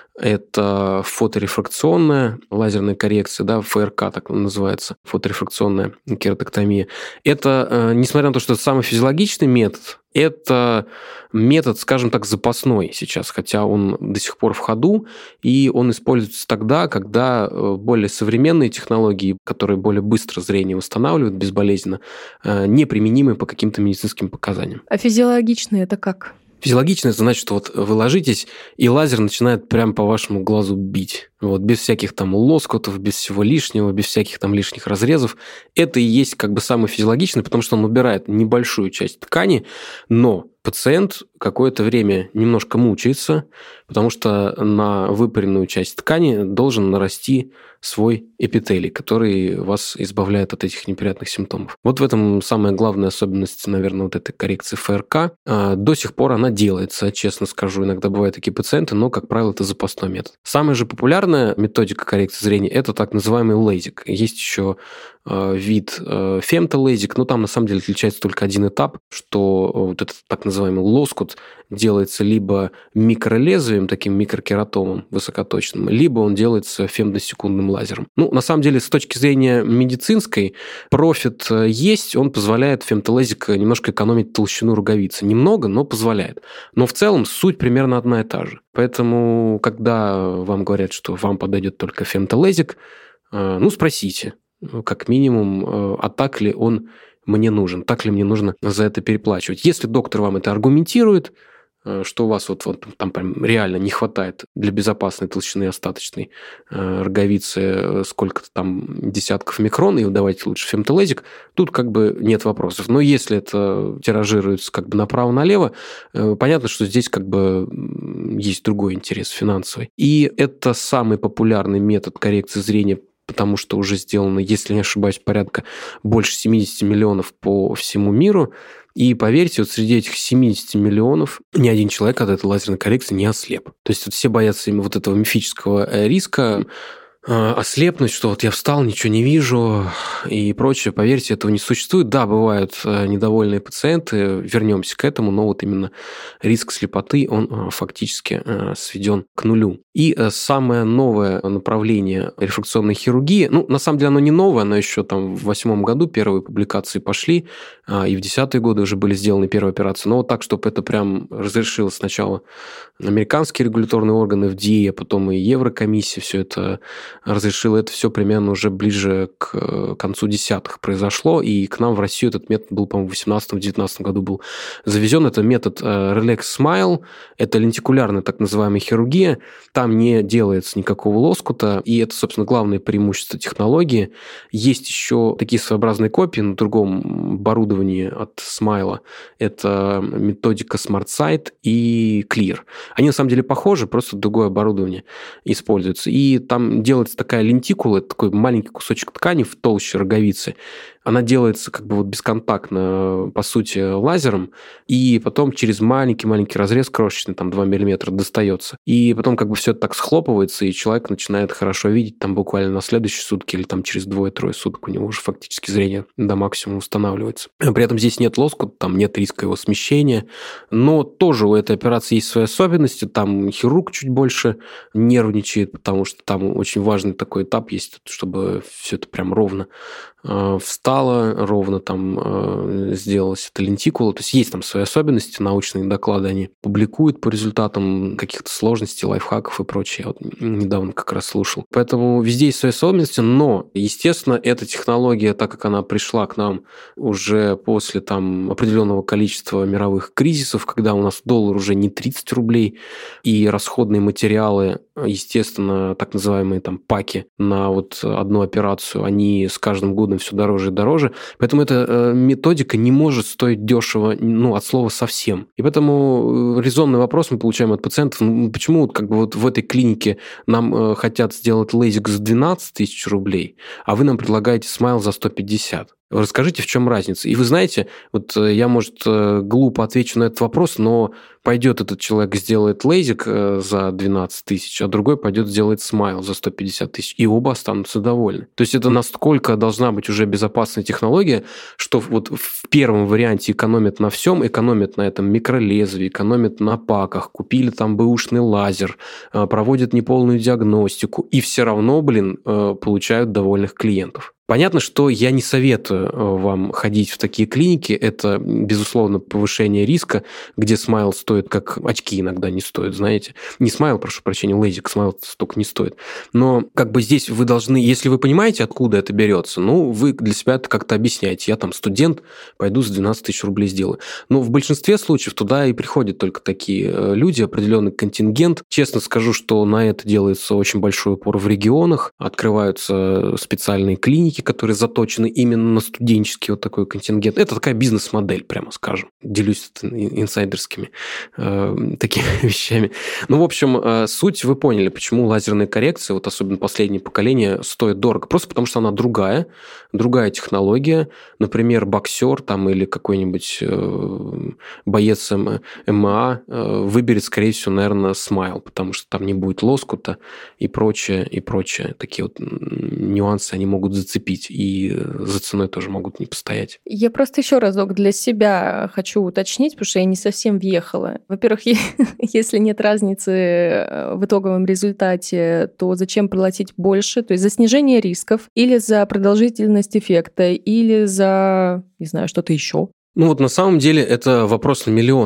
Это фоторефракционная лазерная коррекция, да, эф эр ка так называется, фоторефракционная кератоктомия. Это, несмотря на то, что это самый физиологичный метод, это метод, скажем так, запасной сейчас, хотя он до сих пор в ходу, и он используется тогда, когда более современные технологии, которые более быстро зрение восстанавливают безболезненно, неприменимы по каким-то медицинским показаниям. А физиологичные это как? Физиологично это значит, что вот вы ложитесь, и лазер начинает прямо по вашему глазу бить. Вот, без всяких там лоскутов, без всего лишнего, без всяких там лишних разрезов. Это и есть как бы самый физиологичный, потому что он убирает небольшую часть ткани, но пациент какое-то время немножко мучается, потому что на выпаренную часть ткани должен нарасти свой эпителий, который вас избавляет от этих неприятных симптомов. Вот в этом самая главная особенность, наверное, вот этой коррекции эф эр ка. До сих пор она делается, честно скажу. Иногда бывают такие пациенты, но, как правило, это запасной метод. Самая же популярная методика коррекции зрения – это так называемый лейзик. Есть еще вид фемтолейзик, но там на самом деле отличается только один этап, что вот этот так называемый лоскут делается либо микролезвием, таким микрокератомом высокоточным, либо он делается фемтосекундным лазером. Ну, на самом деле, с точки зрения медицинской, профит есть, он позволяет фемтолейзик немножко экономить толщину роговицы. Немного, но позволяет. Но в целом суть примерно одна и та же. Поэтому, когда вам говорят, что вам подойдет только фемтолейзик, ну, спросите, как минимум, а так ли он мне нужен, так ли мне нужно за это переплачивать. Если доктор вам это аргументирует, что у вас вот, вот там прям реально не хватает для безопасной толщины остаточной роговицы сколько-то там десятков микрон, и давайте лучше фемтолезик, тут как бы нет вопросов. Но если это тиражируется как бы направо-налево, понятно, что здесь как бы есть другой интерес финансовый. И это самый популярный метод коррекции зрения, потому что уже сделано, если не ошибаюсь, порядка больше семьдесят миллионов по всему миру. И поверьте, вот среди этих семьдесят миллионов ни один человек от этой лазерной коррекции не ослеп. То есть вот все боятся именно вот этого мифического риска, ослепнуть, что вот я встал, ничего не вижу и прочее. Поверьте, этого не существует. Да, бывают недовольные пациенты, вернемся к этому, но вот именно риск слепоты, он фактически сведен к нулю. И самое новое направление рефракционной хирургии, ну, на самом деле оно не новое, но еще там в восьмом году первые публикации пошли, и в десятые годы уже были сделаны первые операции. Но вот так, чтобы это прям разрешило сначала американские регуляторные органы эф ди эй, а потом и Еврокомиссия все это разрешила, это все примерно уже ближе к концу десятых произошло, и к нам в Россию этот метод был, по-моему, в восемнадцатом-девятнадцатом году был завезен. Это метод Relax Smile, это лентикулярная так называемая хирургия, там не делается никакого лоскута, и это, собственно, главное преимущество технологии. Есть еще такие своеобразные копии на другом оборудовании от Smile, это методика SmartSight и Clear. Они на самом деле похожи, просто другое оборудование используется. И там делается такая лентикула, такой маленький кусочек ткани в толще роговицы. Она делается как бы вот бесконтактно, по сути, лазером, и потом через маленький-маленький разрез крошечный, там два миллиметра, достается. И потом как бы все это так схлопывается, и человек начинает хорошо видеть там буквально на следующие сутки или там через двое-трое суток у него уже фактически зрение до максимума устанавливается. При этом здесь нет лоскута, там нет риска его смещения, но тоже у этой операции есть свои особенности. Там хирург чуть больше нервничает, потому что там очень важный такой этап есть, чтобы все это прям ровно встала, ровно там сделалась эта лентикула. То есть есть там свои особенности, научные доклады они публикуют по результатам каких-то сложностей, лайфхаков и прочее. Я вот недавно как раз слушал. Поэтому везде есть свои особенности, но, естественно, эта технология, так как она пришла к нам уже после там определенного количества мировых кризисов, когда у нас доллар уже не тридцать рублей, и расходные материалы, естественно, так называемые там паки на вот одну операцию, они с каждым годом все дороже и дороже. Поэтому эта методика не может стоить дешево, ну, от слова совсем. И поэтому резонный вопрос мы получаем от пациентов, ну, почему как бы вот в этой клинике нам хотят сделать лейзик за двенадцать тысяч рублей, а вы нам предлагаете смайл за сто пятьдесят. Расскажите, в чем разница. И вы знаете, вот я, может, глупо отвечу на этот вопрос, но пойдет этот человек, сделает лейзик за двенадцать тысяч, а другой пойдет сделает смайл за сто пятьдесят тысяч, и оба останутся довольны. То есть это насколько должна быть уже безопасная технология, что вот в первом варианте экономят на всем, экономят на этом микролезвии, экономят на паках, купили там бэушный лазер, проводят неполную диагностику, и все равно, блин, получают довольных клиентов. Понятно, что я не советую вам ходить в такие клиники. Это, безусловно, повышение риска, где смайл стоит, как очки иногда не стоят, знаете. Не смайл, прошу прощения, лейзик, смайл столько не стоит. Но как бы здесь вы должны, если вы понимаете, откуда это берется, ну, вы для себя это как-то объясняете. Я там студент, пойду за двенадцать тысяч рублей сделаю. Но в большинстве случаев туда и приходят только такие люди, определенный контингент. Честно скажу, что на это делается очень большой упор в регионах. Открываются специальные клиники, которые заточены именно на студенческий вот такой контингент. Это такая бизнес-модель, прямо скажем. Делюсь инсайдерскими э, такими вещами. Ну, в общем, э, суть вы поняли, почему лазерная коррекция, вот особенно последнее поколение, стоит дорого. Просто потому, что она другая, другая технология. Например, боксер там или какой-нибудь э, боец эм эм а э, выберет, скорее всего, наверное, смайл, потому что там не будет лоскута и прочее, и прочее. Такие вот нюансы они могут зацепить, и за ценой тоже могут не постоять. Я просто еще разок для себя хочу уточнить, потому что я не совсем въехала. Во-первых, если нет разницы в итоговом результате, то зачем платить больше? То есть за снижение рисков или за продолжительность эффекта, или за, не знаю, что-то еще? Ну вот на самом деле это вопрос на миллион.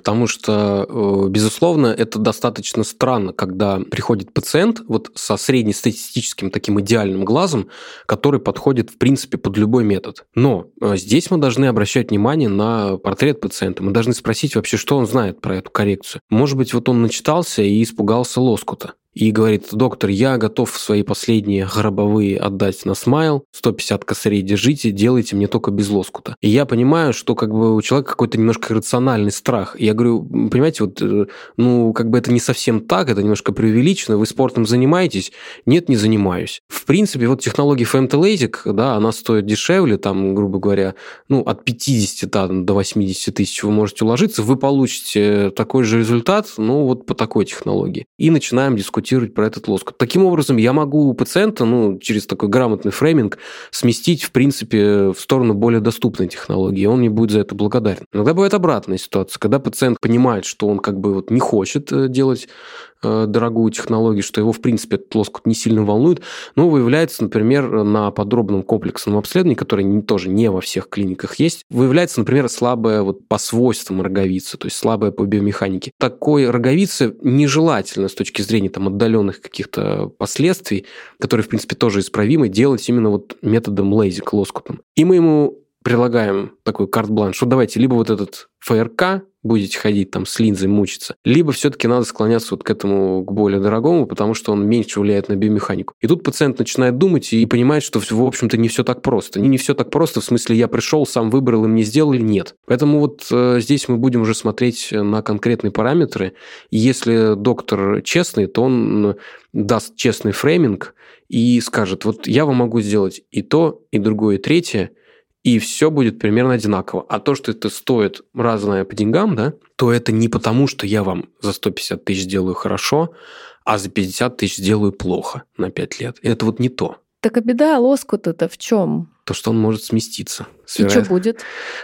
потому что, безусловно, это достаточно странно, когда приходит пациент вот со среднестатистическим таким идеальным глазом, который подходит, в принципе, под любой метод. Но здесь мы должны обращать внимание на портрет пациента. Мы должны спросить вообще, что он знает про эту коррекцию. Может быть, вот он начитался и испугался лоскута. И говорит: доктор, я готов свои последние гробовые отдать на смайл, сто пятьдесят косарей держите, делайте мне только без лоскута. И я понимаю, что как бы у человека какой-то немножко иррациональный страх. И я говорю, понимаете, вот, ну, как бы это не совсем так, это немножко преувеличено, вы спортом занимаетесь? Нет, не занимаюсь. В принципе, вот технология эф эм ти-LASIK, да, она стоит дешевле, там, грубо говоря, ну, от пятидесяти да, до восьмидесяти тысяч вы можете уложиться, вы получите такой же результат, ну, вот по такой технологии. И начинаем дискутировать про этот лоскут. Таким образом, я могу у пациента, ну, через такой грамотный фрейминг сместить, в принципе, в сторону более доступной технологии, и он мне будет за это благодарен. Иногда бывает обратная ситуация, когда пациент понимает, что он как бы вот не хочет делать дорогую технологию, что его, в принципе, этот лоскут не сильно волнует, но выявляется, например, на подробном комплексном обследовании, которое не, тоже не во всех клиниках есть, выявляется, например, слабая вот по свойствам роговица, то есть слабая по биомеханике. Такой роговице нежелательно с точки зрения там, отдаленных каких-то последствий, которые, в принципе, тоже исправимы, делать именно вот методом LASIK лоскутом. И мы ему прилагаем такой карт-бланш, что давайте либо вот этот эф эр ка будете ходить там с линзой мучиться, либо все-таки надо склоняться вот к этому, к более дорогому, потому что он меньше влияет на биомеханику. И тут пациент начинает думать и понимает, что, в общем-то, не все так просто. Не, не все так просто, в смысле, я пришел, сам выбрал, и мне сделали, нет. Поэтому вот э, здесь мы будем уже смотреть на конкретные параметры. И если доктор честный, то он даст честный фрейминг и скажет, вот я вам могу сделать и то, и другое, и третье, и все будет примерно одинаково. А то, что это стоит разное по деньгам, да, то это не потому, что я вам за сто пятьдесят тысяч сделаю хорошо, а за пятьдесят тысяч сделаю плохо на пять лет. Это вот не то. Так а беда лоскута-то в чем? То, что он может сместиться. И вероят... что будет?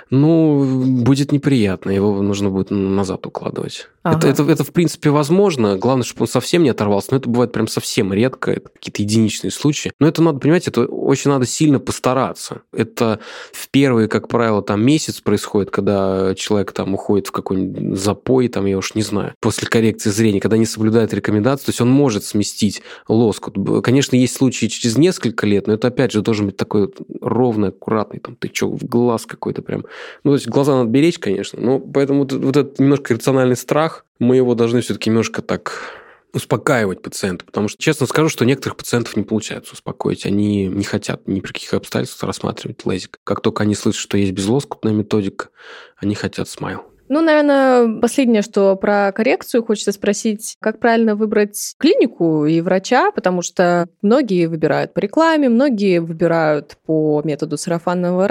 Ну, будет неприятно, его нужно будет назад укладывать. Ага. Это, это, это, в принципе, возможно. Главное, чтобы он совсем не оторвался. Но это бывает прям совсем редко. Это какие-то единичные случаи. Но это надо, понимать, это очень надо сильно постараться. Это в первый, как правило, там месяц происходит, когда человек там уходит в какой-нибудь запой, там, я уж не знаю, после коррекции зрения, когда не соблюдает рекомендации, то есть он может сместить лоскут. Конечно, есть случаи через несколько лет, но это, опять же, должен быть такой ровный, аккуратный, там, тычок в глаз какой-то прям. Ну, то есть глаза надо беречь, конечно, но поэтому вот, вот этот немножко рациональный страх, мы его должны все-таки немножко так успокаивать пациента, потому что, честно скажу, что некоторых пациентов не получается успокоить, они не хотят ни при каких обстоятельствах рассматривать LASIK. Как только они слышат, что есть безлоскутная методика, они хотят смайл. Ну, наверное, последнее, что про коррекцию хочется спросить, как правильно выбрать клинику и врача, потому что многие выбирают по рекламе, многие выбирают по методу сарафанного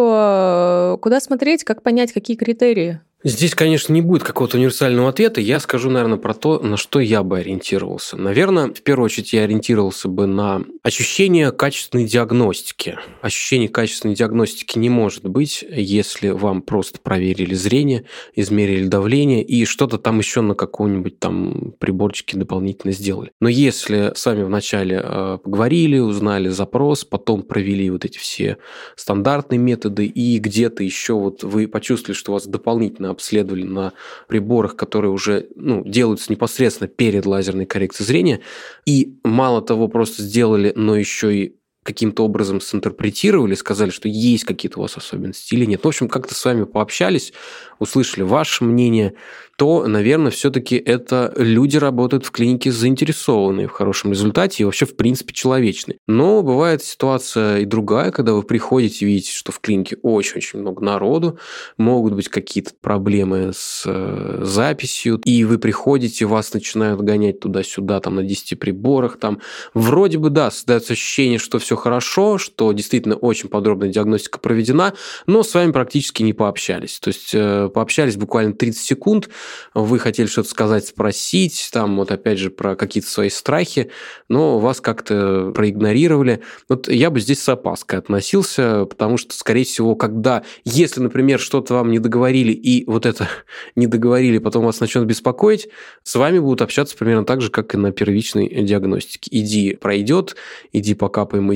радио. Куда смотреть, как понять, какие критерии? Здесь, конечно, не будет какого-то универсального ответа. Я скажу, наверное, про то, на что я бы ориентировался. Наверное, в первую очередь я ориентировался бы на ощущение качественной диагностики. Ощущение качественной диагностики не может быть, если вам просто проверили зрение, измерили давление и что-то там еще на каком-нибудь там приборчике дополнительно сделали. Но если сами вначале поговорили, узнали запрос, потом провели вот эти все стандартные методы и где-то еще вот вы почувствовали, что у вас дополнительно обследовали на приборах, которые уже ну, делаются непосредственно перед лазерной коррекцией зрения, и мало того просто сделали, но еще и каким-то образом синтерпретировали, сказали, что есть какие-то у вас особенности или нет. В общем, как-то с вами пообщались, услышали ваше мнение, то, наверное, все-таки это люди работают в клинике заинтересованные в хорошем результате и вообще, в принципе, человечные. Но бывает ситуация и другая, когда вы приходите, видите, что в клинике очень-очень много народу, могут быть какие-то проблемы с записью, и вы приходите, вас начинают гонять туда-сюда, там, на десяти приборах, там, вроде бы, да, создается ощущение, что все хорошо, что действительно очень подробная диагностика проведена, но с вами практически не пообщались. То есть пообщались буквально тридцать секунд, вы хотели что-то сказать, спросить, там вот опять же про какие-то свои страхи, но вас как-то проигнорировали. Вот я бы здесь с опаской относился, потому что, скорее всего, когда, если, например, что-то вам не договорили, и вот это не договорили, потом вас начнет беспокоить, с вами будут общаться примерно так же, как и на первичной диагностике. Иди пройдет, иди покапаем мы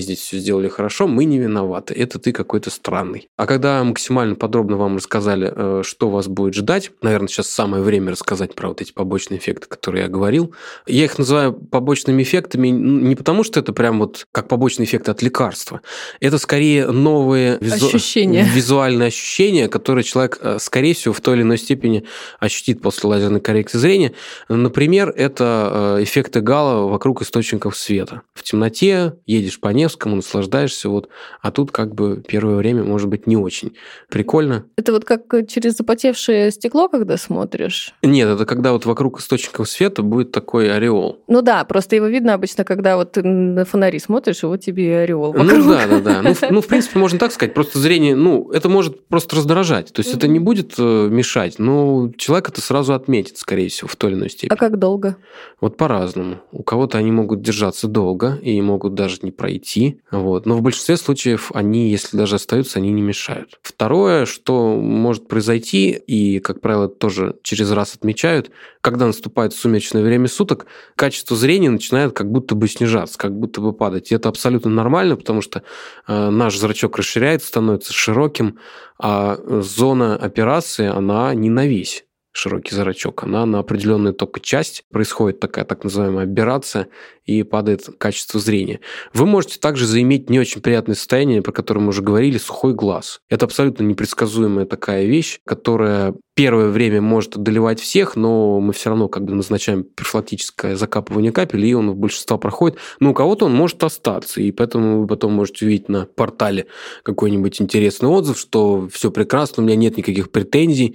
здесь все сделали хорошо, мы не виноваты, это ты какой-то странный. А когда максимально подробно вам рассказали, что вас будет ждать, наверное, сейчас самое время рассказать про вот эти побочные эффекты, которые я говорил. Я их называю побочными эффектами не потому, что это прям вот как побочный эффект от лекарства. Это скорее новые визу... ощущения. визуальные ощущения, которые человек, скорее всего, в той или иной степени ощутит после лазерной коррекции зрения. Например, это эффекты гало вокруг источников света. В темноте едешь по Невскому, наслаждаешься, вот, а тут как бы первое время, может быть, не очень прикольно. Это вот как через запотевшее стекло, когда смотришь? Нет, это когда вот вокруг источников света будет такой ореол. Ну да, просто его видно обычно, когда вот ты на фонари смотришь, и вот тебе и ореол вокруг. Ну да, да, да. Ну, ну, в принципе, можно так сказать. Просто зрение, ну, это может просто раздражать. То есть, mm-hmm. это не будет мешать, но человек это сразу отметит, скорее всего, в той или иной степени. А как долго? Вот по-разному. У кого-то они могут держаться долго и могут даже не пройти. Вот. Но в большинстве случаев они, если даже остаются, они не мешают. Второе, что может произойти, и, как правило, тоже через раз отмечают, когда наступает сумеречное время суток, качество зрения начинает как будто бы снижаться, как будто бы падать. И это абсолютно нормально, потому что э, наш зрачок расширяется, становится широким, а зона операции, она не на весь широкий зрачок, она на определенную только часть. Происходит такая так называемая аберрация, и падает качество зрения. Вы можете также заиметь не очень приятное состояние, про которое мы уже говорили, сухой глаз. Это абсолютно непредсказуемая такая вещь, которая первое время может одолевать всех, но мы все равно как бы назначаем профилактическое закапывание капель, и он у большинства проходит. Но у кого-то он может остаться, и поэтому вы потом можете увидеть на портале какой-нибудь интересный отзыв, что все прекрасно, у меня нет никаких претензий,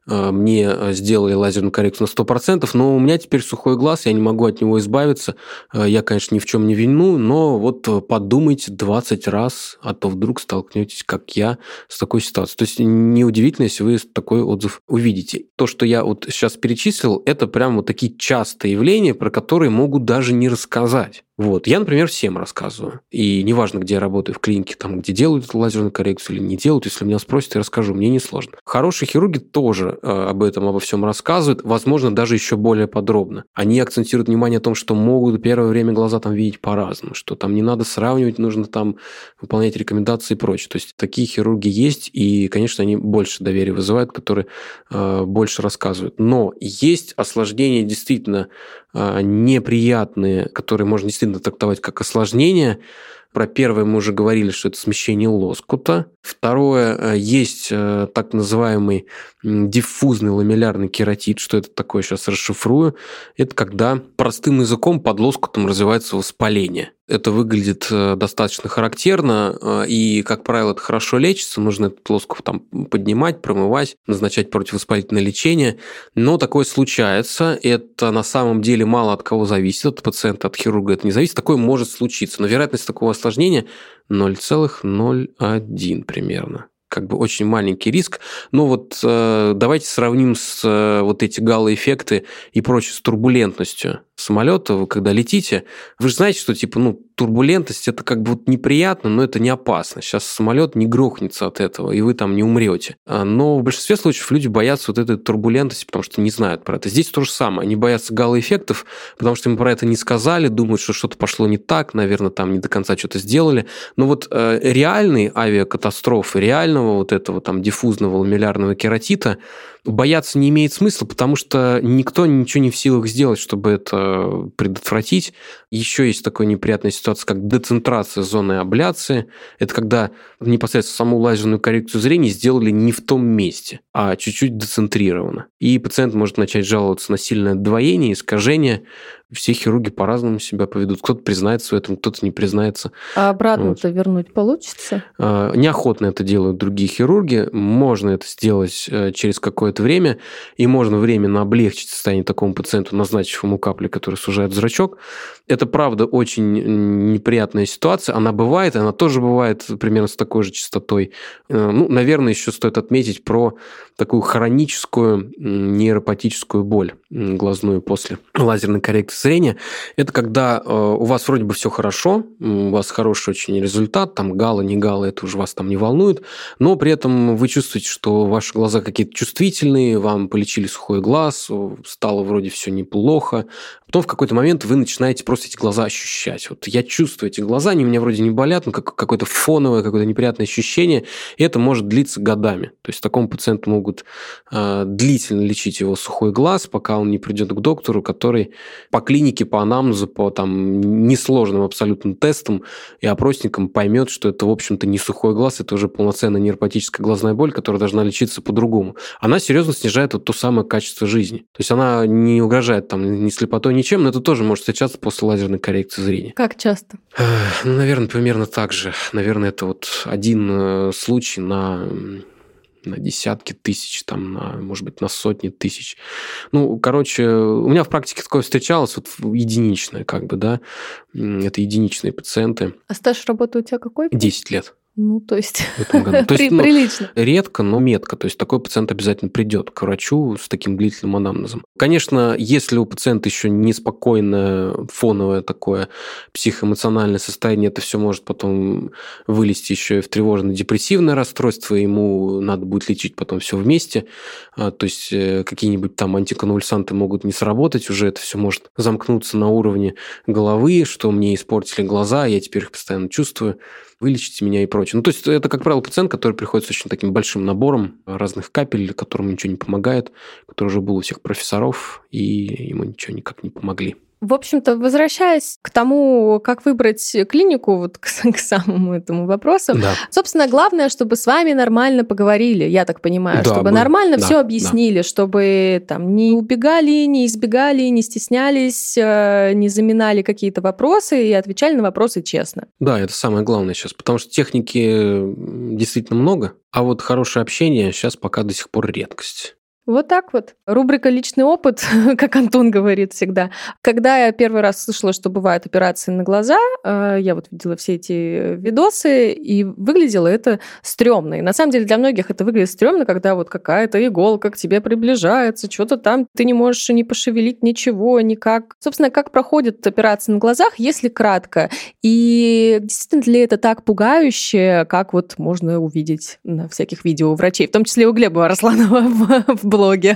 мне сделали лазерную коррекцию на сто процентов, но у меня теперь сухой глаз, я не могу от него избавиться. Я, конечно, ни в чем не вину, но вот подумайте двадцать раз, а то вдруг столкнетесь, как я, с такой ситуацией. То есть неудивительно, если вы такой отзыв увидите. То, что я вот сейчас перечислил, это прям вот такие частые явления, про которые могут даже не рассказать. Вот. Я, например, всем рассказываю. И неважно, где я работаю, в клинике, там, где делают эту лазерную коррекцию или не делают, если меня спросят, я расскажу, мне не сложно. Хорошие хирурги тоже э, об этом, обо всем рассказывают, возможно, даже еще более подробно. Они акцентируют внимание о том, что могут первое время глаза там видеть по-разному, что там не надо сравнивать, нужно там выполнять рекомендации и прочее. То есть такие хирурги есть, и, конечно, они больше доверия вызывают, которые э, больше рассказывают. Но есть осложнения действительно э, неприятные, которые можно действительно трактовать как осложнение. Про первое мы уже говорили, что это смещение лоскута. Второе, есть так называемый диффузный ламеллярный кератит. Что это такое, сейчас расшифрую. Это когда простым языком под лоскутом развивается воспаление. Это выглядит достаточно характерно, и, как правило, это хорошо лечится. Нужно этот лоскут там поднимать, промывать, назначать противовоспалительное лечение. Но такое случается. Это на самом деле мало от кого зависит. От пациента, от хирурга это не зависит. Такое может случиться. Но вероятность такого осложнения ноль целых ноль один примерно. Как бы очень маленький риск. Но вот э, давайте сравним с э, вот эти галлоэффекты и прочее с турбулентностью самолета. Вы когда летите, вы же знаете, что типа, ну, турбулентность это как бы вот неприятно, но это не опасно. Сейчас самолет не грохнется от этого, и вы там не умрете. Но в большинстве случаев люди боятся вот этой турбулентности, потому что не знают про это. Здесь то же самое. Они боятся галлоэффектов, потому что им про это не сказали, думают, что что-то пошло не так, наверное, там не до конца что-то сделали. Но вот э, реальные авиакатастрофы, реального вот этого там диффузного ламеллярного кератита бояться не имеет смысла, потому что никто ничего не в силах сделать, чтобы это предотвратить. Еще есть такая неприятная ситуация, как децентрация зоны абляции. Это когда непосредственно саму лазерную коррекцию зрения сделали не в том месте, а чуть-чуть децентрированно. И пациент может начать жаловаться на сильное отдвоение, искажение. Все хирурги по-разному себя поведут. Кто-то признается в этом, кто-то не признается. А обратно-то вот. Вернуть получится? Неохотно это делают другие хирурги. Можно это сделать через какое-то время, и можно временно облегчить состояние такому пациенту, назначив ему капли, которые сужают зрачок. Это, правда, очень неприятная ситуация. Она бывает, она тоже бывает примерно с такой же частотой. Ну, наверное, еще стоит отметить про такую хроническую нейропатическую боль глазную после лазерной коррекции зрения, это когда э, у вас вроде бы все хорошо, у вас хороший очень результат, там гала, не гала, это уже вас там не волнует, но при этом вы чувствуете, что ваши глаза какие-то чувствительные, вам полечили сухой глаз, стало вроде все неплохо. Потом в какой-то момент вы начинаете просто эти глаза ощущать. Вот я чувствую эти глаза, они у меня вроде не болят, но как, какое-то фоновое, какое-то неприятное ощущение, и это может длиться годами. То есть такому пациенту могут э, длительно лечить его сухой глаз, пока он не придет к доктору, который по клинике, по анамнезу, по там несложным абсолютно тестам и опросникам поймет, что это, в общем-то, не сухой глаз, это уже полноценная нейропатическая глазная боль, которая должна лечиться по-другому. Она серьезно снижает вот то самое качество жизни. То есть она не угрожает там ни слепотой, ни чем, но это тоже может встречаться после лазерной коррекции зрения. Как часто? Ну, наверное, примерно так же. Наверное, это вот один случай на... на десятки тысяч, там, на, может быть, на сотни тысяч. Ну, короче, у меня в практике такое встречалось, вот единичное, как бы, да, это единичные пациенты. А стаж работы у тебя какой? десять лет. Ну, то есть, в этом году. То есть ну, прилично. Редко, но метко. То есть такой пациент обязательно придет к врачу с таким длительным анамнезом. Конечно, если у пациента еще неспокойное, фоновое такое психоэмоциональное состояние, это все может потом вылезти еще и в тревожно-депрессивное расстройство, ему надо будет лечить потом все вместе. То есть какие-нибудь там антиконвульсанты могут не сработать, уже это все может замкнуться на уровне головы, что мне испортили глаза, я теперь их постоянно чувствую. Вылечите меня и прочее. Ну, то есть это, как правило, пациент, который приходит с очень таким большим набором разных капель, которому ничего не помогает, который уже был у всех профессоров, и ему ничего никак не помогли. В общем-то, возвращаясь к тому, как выбрать клинику, вот к, к самому этому вопросу, да. собственно, главное, чтобы с вами нормально поговорили, я так понимаю, да, чтобы мы... нормально да, все объяснили, да. чтобы там не убегали, не избегали, не стеснялись, не заминали какие-то вопросы и отвечали на вопросы честно. Да, это самое главное сейчас, потому что техники действительно много, а вот хорошее общение сейчас пока до сих пор редкость. Вот так вот. Рубрика «Личный опыт», как Антон говорит всегда. Когда я первый раз слышала, что бывают операции на глаза, я вот видела все эти видосы, и выглядело это стрёмно. И на самом деле для многих это выглядит стрёмно, когда вот какая-то иголка к тебе приближается, что-то там ты не можешь ни пошевелить ничего, никак. Собственно, как проходит операция на глазах, если кратко. И действительно ли это так пугающе, как вот можно увидеть на всяких видео у врачей, в том числе у Глеба Арасланова в, в блоге.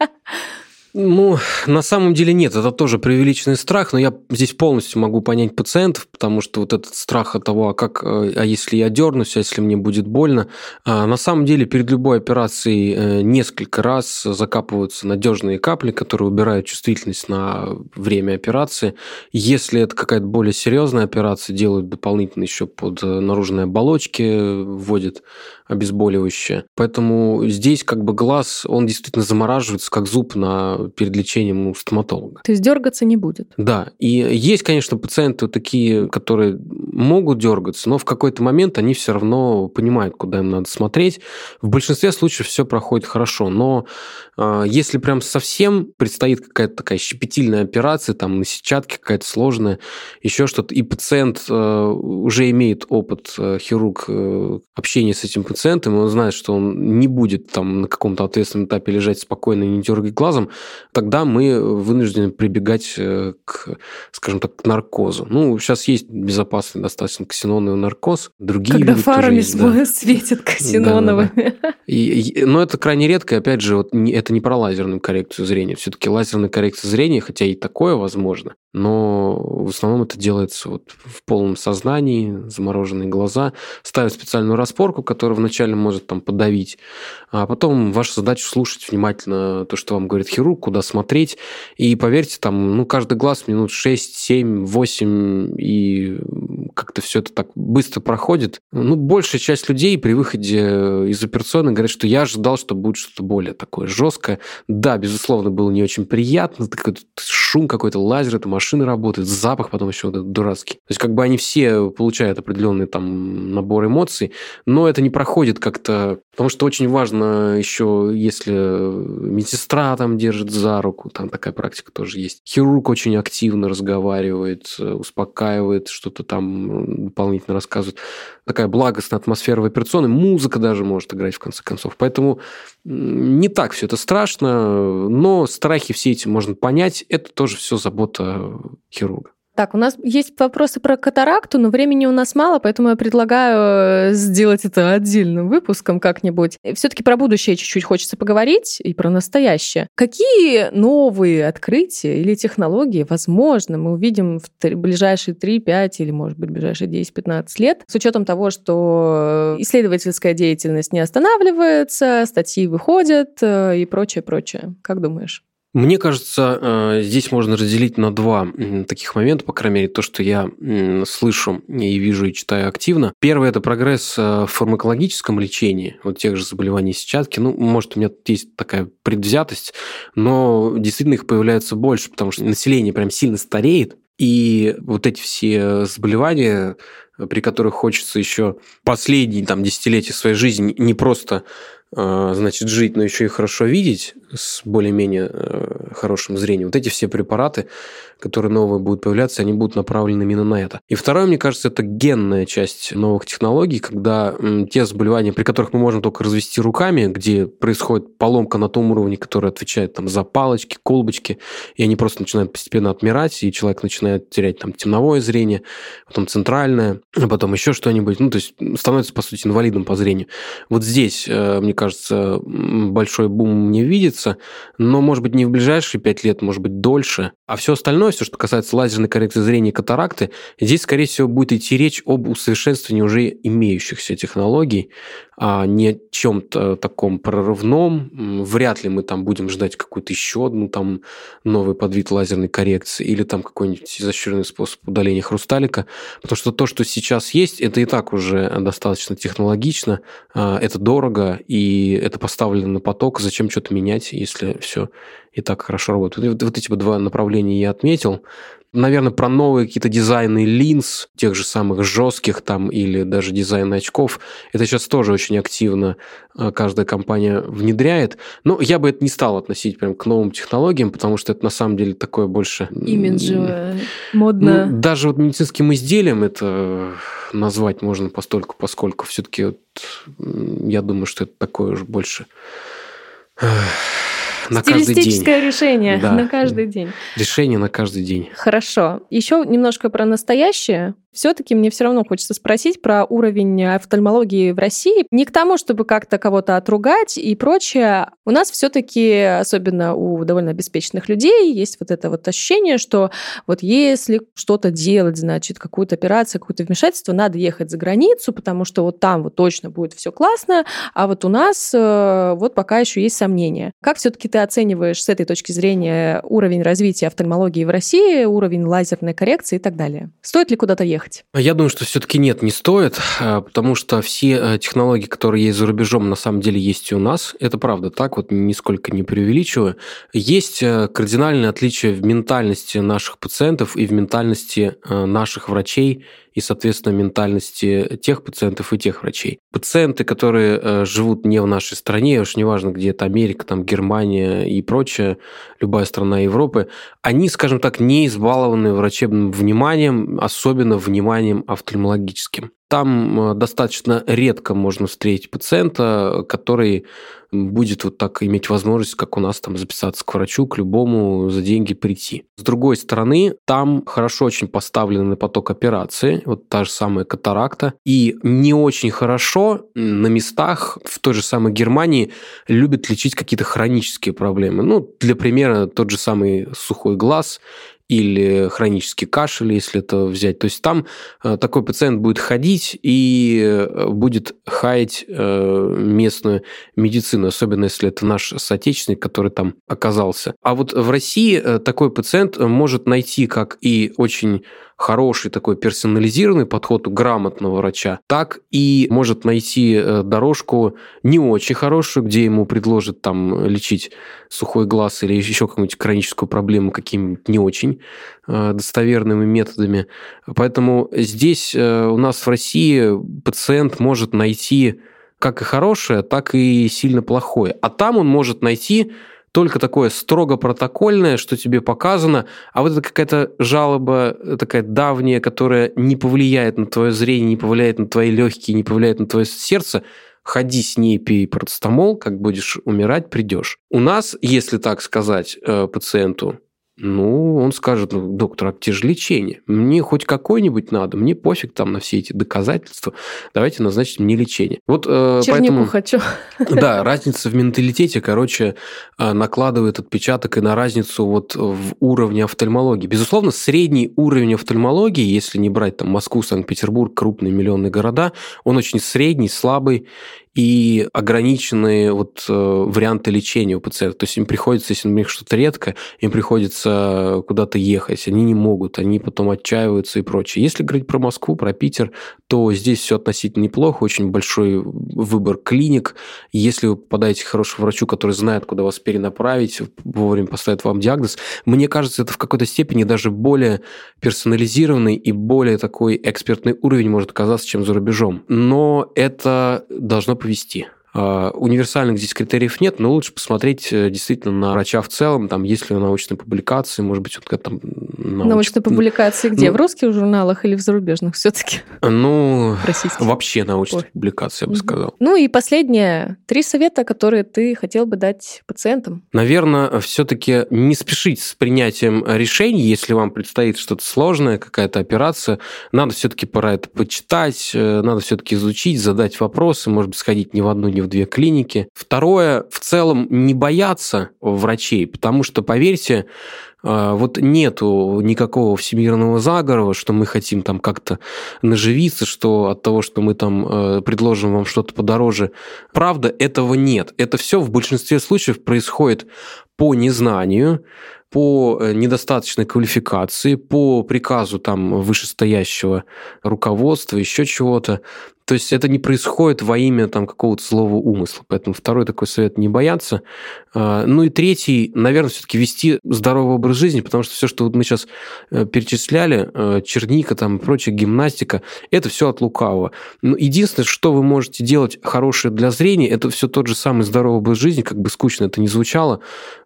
Ну, на самом деле нет, это тоже преувеличенный страх, но я здесь полностью могу понять пациентов, потому что вот этот страх от того, а как, а если я дернусь, а если мне будет больно, а на самом деле перед любой операцией несколько раз закапываются надежные капли, которые убирают чувствительность на время операции. Если это какая-то более серьезная операция, делают дополнительно еще под наружные оболочки, вводят обезболивающее. Поэтому здесь как бы глаз, он действительно замораживается, как зуб на, перед лечением у стоматолога. То есть дергаться не будет? Да. И есть, конечно, пациенты такие, которые могут дергаться, но в какой-то момент они все равно понимают, куда им надо смотреть. В большинстве случаев все проходит хорошо, но э, если прям совсем предстоит какая-то такая щепетильная операция, там на сетчатке какая-то сложная, еще что-то, и пациент э, уже имеет опыт, э, хирург, э, общения с этим пациентом, и он знает, что он не будет там на каком-то ответственном этапе лежать спокойно и не дергать глазом, тогда мы вынуждены прибегать к, скажем так, к наркозу. Ну, сейчас есть безопасный достаточно ксеноновый наркоз. Другие Когда фарами есть, да. светят ксеноновыми. Да, да, да. И, и, но это крайне редко, и опять же, вот, не, это не про лазерную коррекцию зрения. Все-таки лазерная коррекция зрения, хотя и такое возможно, но в основном это делается вот в полном сознании, замороженные глаза, ставят специальную распорку, которая вначале может там подавить, а потом ваша задача слушать внимательно то, что вам говорит хирург, куда смотреть, и поверьте, там, ну, каждый глаз минут шесть, семь, восемь, и как-то все это так быстро проходит. Ну, большая часть людей при выходе из операционной говорят, что я ожидал, что будет что-то более такое жесткое. Да, безусловно, было не очень приятно, такой шум какой-то, лазер, эта машина работает, запах потом еще вот этот дурацкий. То есть как бы они все получают определенный там набор эмоций, но это не проходит как-то, потому что очень важно еще, если медсестра там держит за руку, там такая практика тоже есть. Хирург очень активно разговаривает, успокаивает, что-то там там дополнительно рассказывают. Такая благостная атмосфера в операционной, музыка даже может играть в конце концов. Поэтому не так все это страшно, но страхи все эти можно понять. Это тоже все забота хирурга. Так, у нас есть вопросы про катаракту, но времени у нас мало, поэтому я предлагаю сделать это отдельным выпуском как-нибудь. Все-таки про будущее чуть-чуть хочется поговорить и про настоящее. Какие новые открытия или технологии, возможно, мы увидим в ближайшие три-пять или, может быть, в ближайшие десять-пятнадцать лет, с учетом того, что исследовательская деятельность не останавливается, статьи выходят и прочее, прочее. Как думаешь? Мне кажется, здесь можно разделить на два таких момента, по крайней мере, то, что я слышу и вижу, и читаю активно. Первый – это прогресс в фармакологическом лечении, вот тех же заболеваний сетчатки. Ну, может, у меня тут есть такая предвзятость, но действительно их появляется больше, потому что население прям сильно стареет, и вот эти все заболевания, при которых хочется еще последние там, десятилетия своей жизни не просто значит, жить, но еще и хорошо видеть с более-менее хорошим зрением. Вот эти все препараты, которые новые будут появляться, они будут направлены именно на это. И второе, мне кажется, это генная часть новых технологий, когда те заболевания, при которых мы можем только развести руками, где происходит поломка на том уровне, который отвечает там, за палочки, колбочки, и они просто начинают постепенно отмирать, и человек начинает терять там темновое зрение, потом центральное, а потом еще что-нибудь. Ну, то есть становится, по сути, инвалидом по зрению. Вот здесь, мне кажется, большой бум не видится, но, может быть, не в ближайшие пять лет, может быть, дольше. А все остальное, все, что касается лазерной коррекции зрения и катаракты, здесь, скорее всего, будет идти речь об усовершенствовании уже имеющихся технологий, а не чем-то таком прорывном. Вряд ли мы там будем ждать какую-то еще одну там новый подвид лазерной коррекции или там какой-нибудь изощренный способ удаления хрусталика, потому что то, что сейчас есть, это и так уже достаточно технологично, это дорого, и это поставлено на поток. Зачем что-то менять, если все и так хорошо работает? Вот эти вот два направления я отметил. Наверное, про новые какие-то дизайны линз, тех же самых жестких там или даже дизайны очков, это сейчас тоже очень активно каждая компания внедряет. Но я бы это не стал относить прям к новым технологиям, потому что это на самом деле такое больше... Имиджевое, модно. Ну, даже вот медицинским изделием это назвать можно постольку, поскольку все-таки вот, я думаю, что это такое уже больше... На каждый день. Стилистическое решение да. на каждый день. Решение на каждый день. Хорошо. Еще немножко про настоящее. Все-таки мне все равно хочется спросить про уровень офтальмологии в России. Не к тому, чтобы как-то кого-то отругать и прочее. У нас все-таки, особенно у довольно обеспеченных людей, есть вот это вот ощущение, что вот если что-то делать, значит, какую-то операцию, какое-то вмешательство, надо ехать за границу, потому что вот там вот точно будет все классно, а вот у нас вот пока еще есть сомнения. Как все-таки ты оцениваешь с этой точки зрения уровень развития офтальмологии в России, уровень лазерной коррекции и так далее? Стоит ли куда-то ехать? Я думаю, что все-таки нет, не стоит, потому что все технологии, которые есть за рубежом, на самом деле есть и у нас. Это правда так, вот нисколько не преувеличиваю. Есть кардинальное отличие в ментальности наших пациентов и в ментальности наших врачей, и, соответственно, ментальности тех пациентов и тех врачей. Пациенты, которые живут не в нашей стране, уж неважно, где это Америка, там, Германия и прочее, любая страна Европы, они, скажем так, не избалованы врачебным вниманием, особенно вниманием офтальмологическим. Там достаточно редко можно встретить пациента, который будет вот так иметь возможность, как у нас, там, записаться к врачу, к любому, за деньги прийти. С другой стороны, там хорошо очень поставленный поток операции, вот та же самая катаракта, и не очень хорошо на местах в той же самой Германии любят лечить какие-то хронические проблемы. Ну, для примера, тот же самый сухой глаз или хронический кашель, если это взять. То есть там такой пациент будет ходить и будет хаять местную медицину, особенно если это наш соотечественник, который там оказался. А вот в России такой пациент может найти как и очень хороший такой персонализированный подход у грамотного врача, так и может найти дорожку не очень хорошую, где ему предложат там лечить сухой глаз или еще какую-нибудь хроническую проблему какими-нибудь не очень достоверными методами. Поэтому здесь у нас в России пациент может найти как и хорошее, так и сильно плохое. А там он может найти только такое строго протокольное, что тебе показано, а вот это какая-то жалоба такая давняя, которая не повлияет на твое зрение, не повлияет на твои легкие, не повлияет на твое сердце, ходи с ней, пей парацетамол, как будешь умирать, придешь. У нас, если так сказать пациенту, ну, он скажет: ну, доктор, а где же лечение? Мне хоть какой-нибудь надо, мне пофиг там на все эти доказательства, давайте назначить мне лечение. Вот, э, Чернику поэтому, хочу. Да, разница в менталитете, короче, накладывает отпечаток и на разницу вот в уровне офтальмологии. Безусловно, средний уровень офтальмологии, если не брать там Москву, Санкт-Петербург, крупные миллионные города, он очень средний, слабый, и ограниченные вот э, варианты лечения у пациентов. То есть им приходится, если у них что-то редко, им приходится куда-то ехать, они не могут, они потом отчаиваются и прочее. Если говорить про Москву, про Питер, то здесь все относительно неплохо, очень большой выбор клиник. Если вы попадаете к хорошему врачу, который знает, куда вас перенаправить, вовремя поставит вам диагноз, мне кажется, это в какой-то степени даже более персонализированный и более такой экспертный уровень может оказаться, чем за рубежом. Но это должно повести. Универсальных здесь критериев нет, но лучше посмотреть действительно на врача в целом, там есть ли научные публикации, может быть, вот там... Науч... Научные публикации где? Ну, в русских журналах или в зарубежных все-таки? Ну, вообще научные Ой. публикации, я бы сказал. Ну и последнее. Три совета, которые ты хотел бы дать пациентам. Наверное, все-таки не спешить с принятием решений, если вам предстоит что-то сложное, какая-то операция. Надо все-таки пора это почитать, надо все-таки изучить, задать вопросы, может быть, сходить не в одну, не в две клиники. Второе, в целом не бояться врачей, потому что, поверьте, вот нету никакого всемирного заговора, что мы хотим там как-то наживиться, что от того, что мы там предложим вам что-то подороже. Правда, этого нет. Это все в большинстве случаев происходит по незнанию, по недостаточной квалификации, по приказу там вышестоящего руководства, еще чего-то. То есть это не происходит во имя там какого-то злого умысла. Поэтому второй такой совет – не бояться. Ну и третий, наверное, все-таки вести здоровый образ жизни, потому что все, что мы сейчас перечисляли, черника там и прочая гимнастика, это все от лукавого. Но единственное, что вы можете делать хорошее для зрения, это все тот же самый здоровый образ жизни, как бы скучно это ни звучало.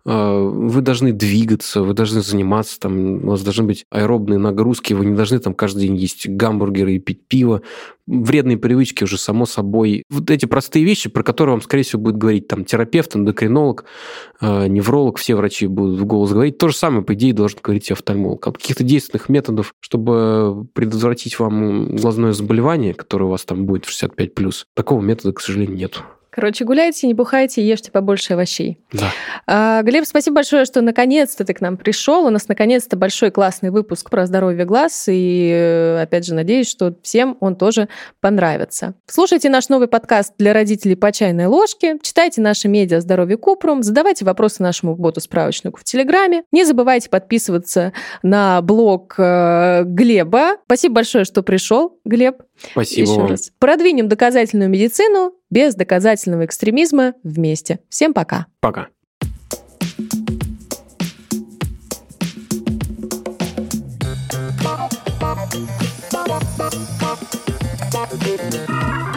Вы должны двигаться, вы должны заниматься, там, у вас должны быть аэробные нагрузки, вы не должны там каждый день есть гамбургеры и пить пиво. Вредные привычки уже само собой. Вот эти простые вещи, про которые вам, скорее всего, будет говорить там терапевт, эндокринолог, э, невролог, все врачи будут в голос говорить. То же самое, по идее, должен говорить и офтальмолог. От каких-то действенных методов, чтобы предотвратить вам глазное заболевание, которое у вас там будет в шестьдесят пять плюс, такого метода, к сожалению, нет. Короче, гуляйте, не бухайте, ешьте побольше овощей. Да. А, Глеб, спасибо большое, что наконец-то ты к нам пришел. У нас наконец-то большой классный выпуск про здоровье глаз. И, опять же, надеюсь, что всем он тоже понравится. Слушайте наш новый подкаст для родителей по чайной ложке. Читайте наши медиа «Здоровье Купрум». Задавайте вопросы нашему боту-справочнику в Телеграме. Не забывайте подписываться на блог Глеба. Спасибо большое, что пришел, Глеб. Спасибо Еще вам. раз. Продвинем доказательную медицину без доказательного экстремизма вместе. Всем пока. Пока. Thank you.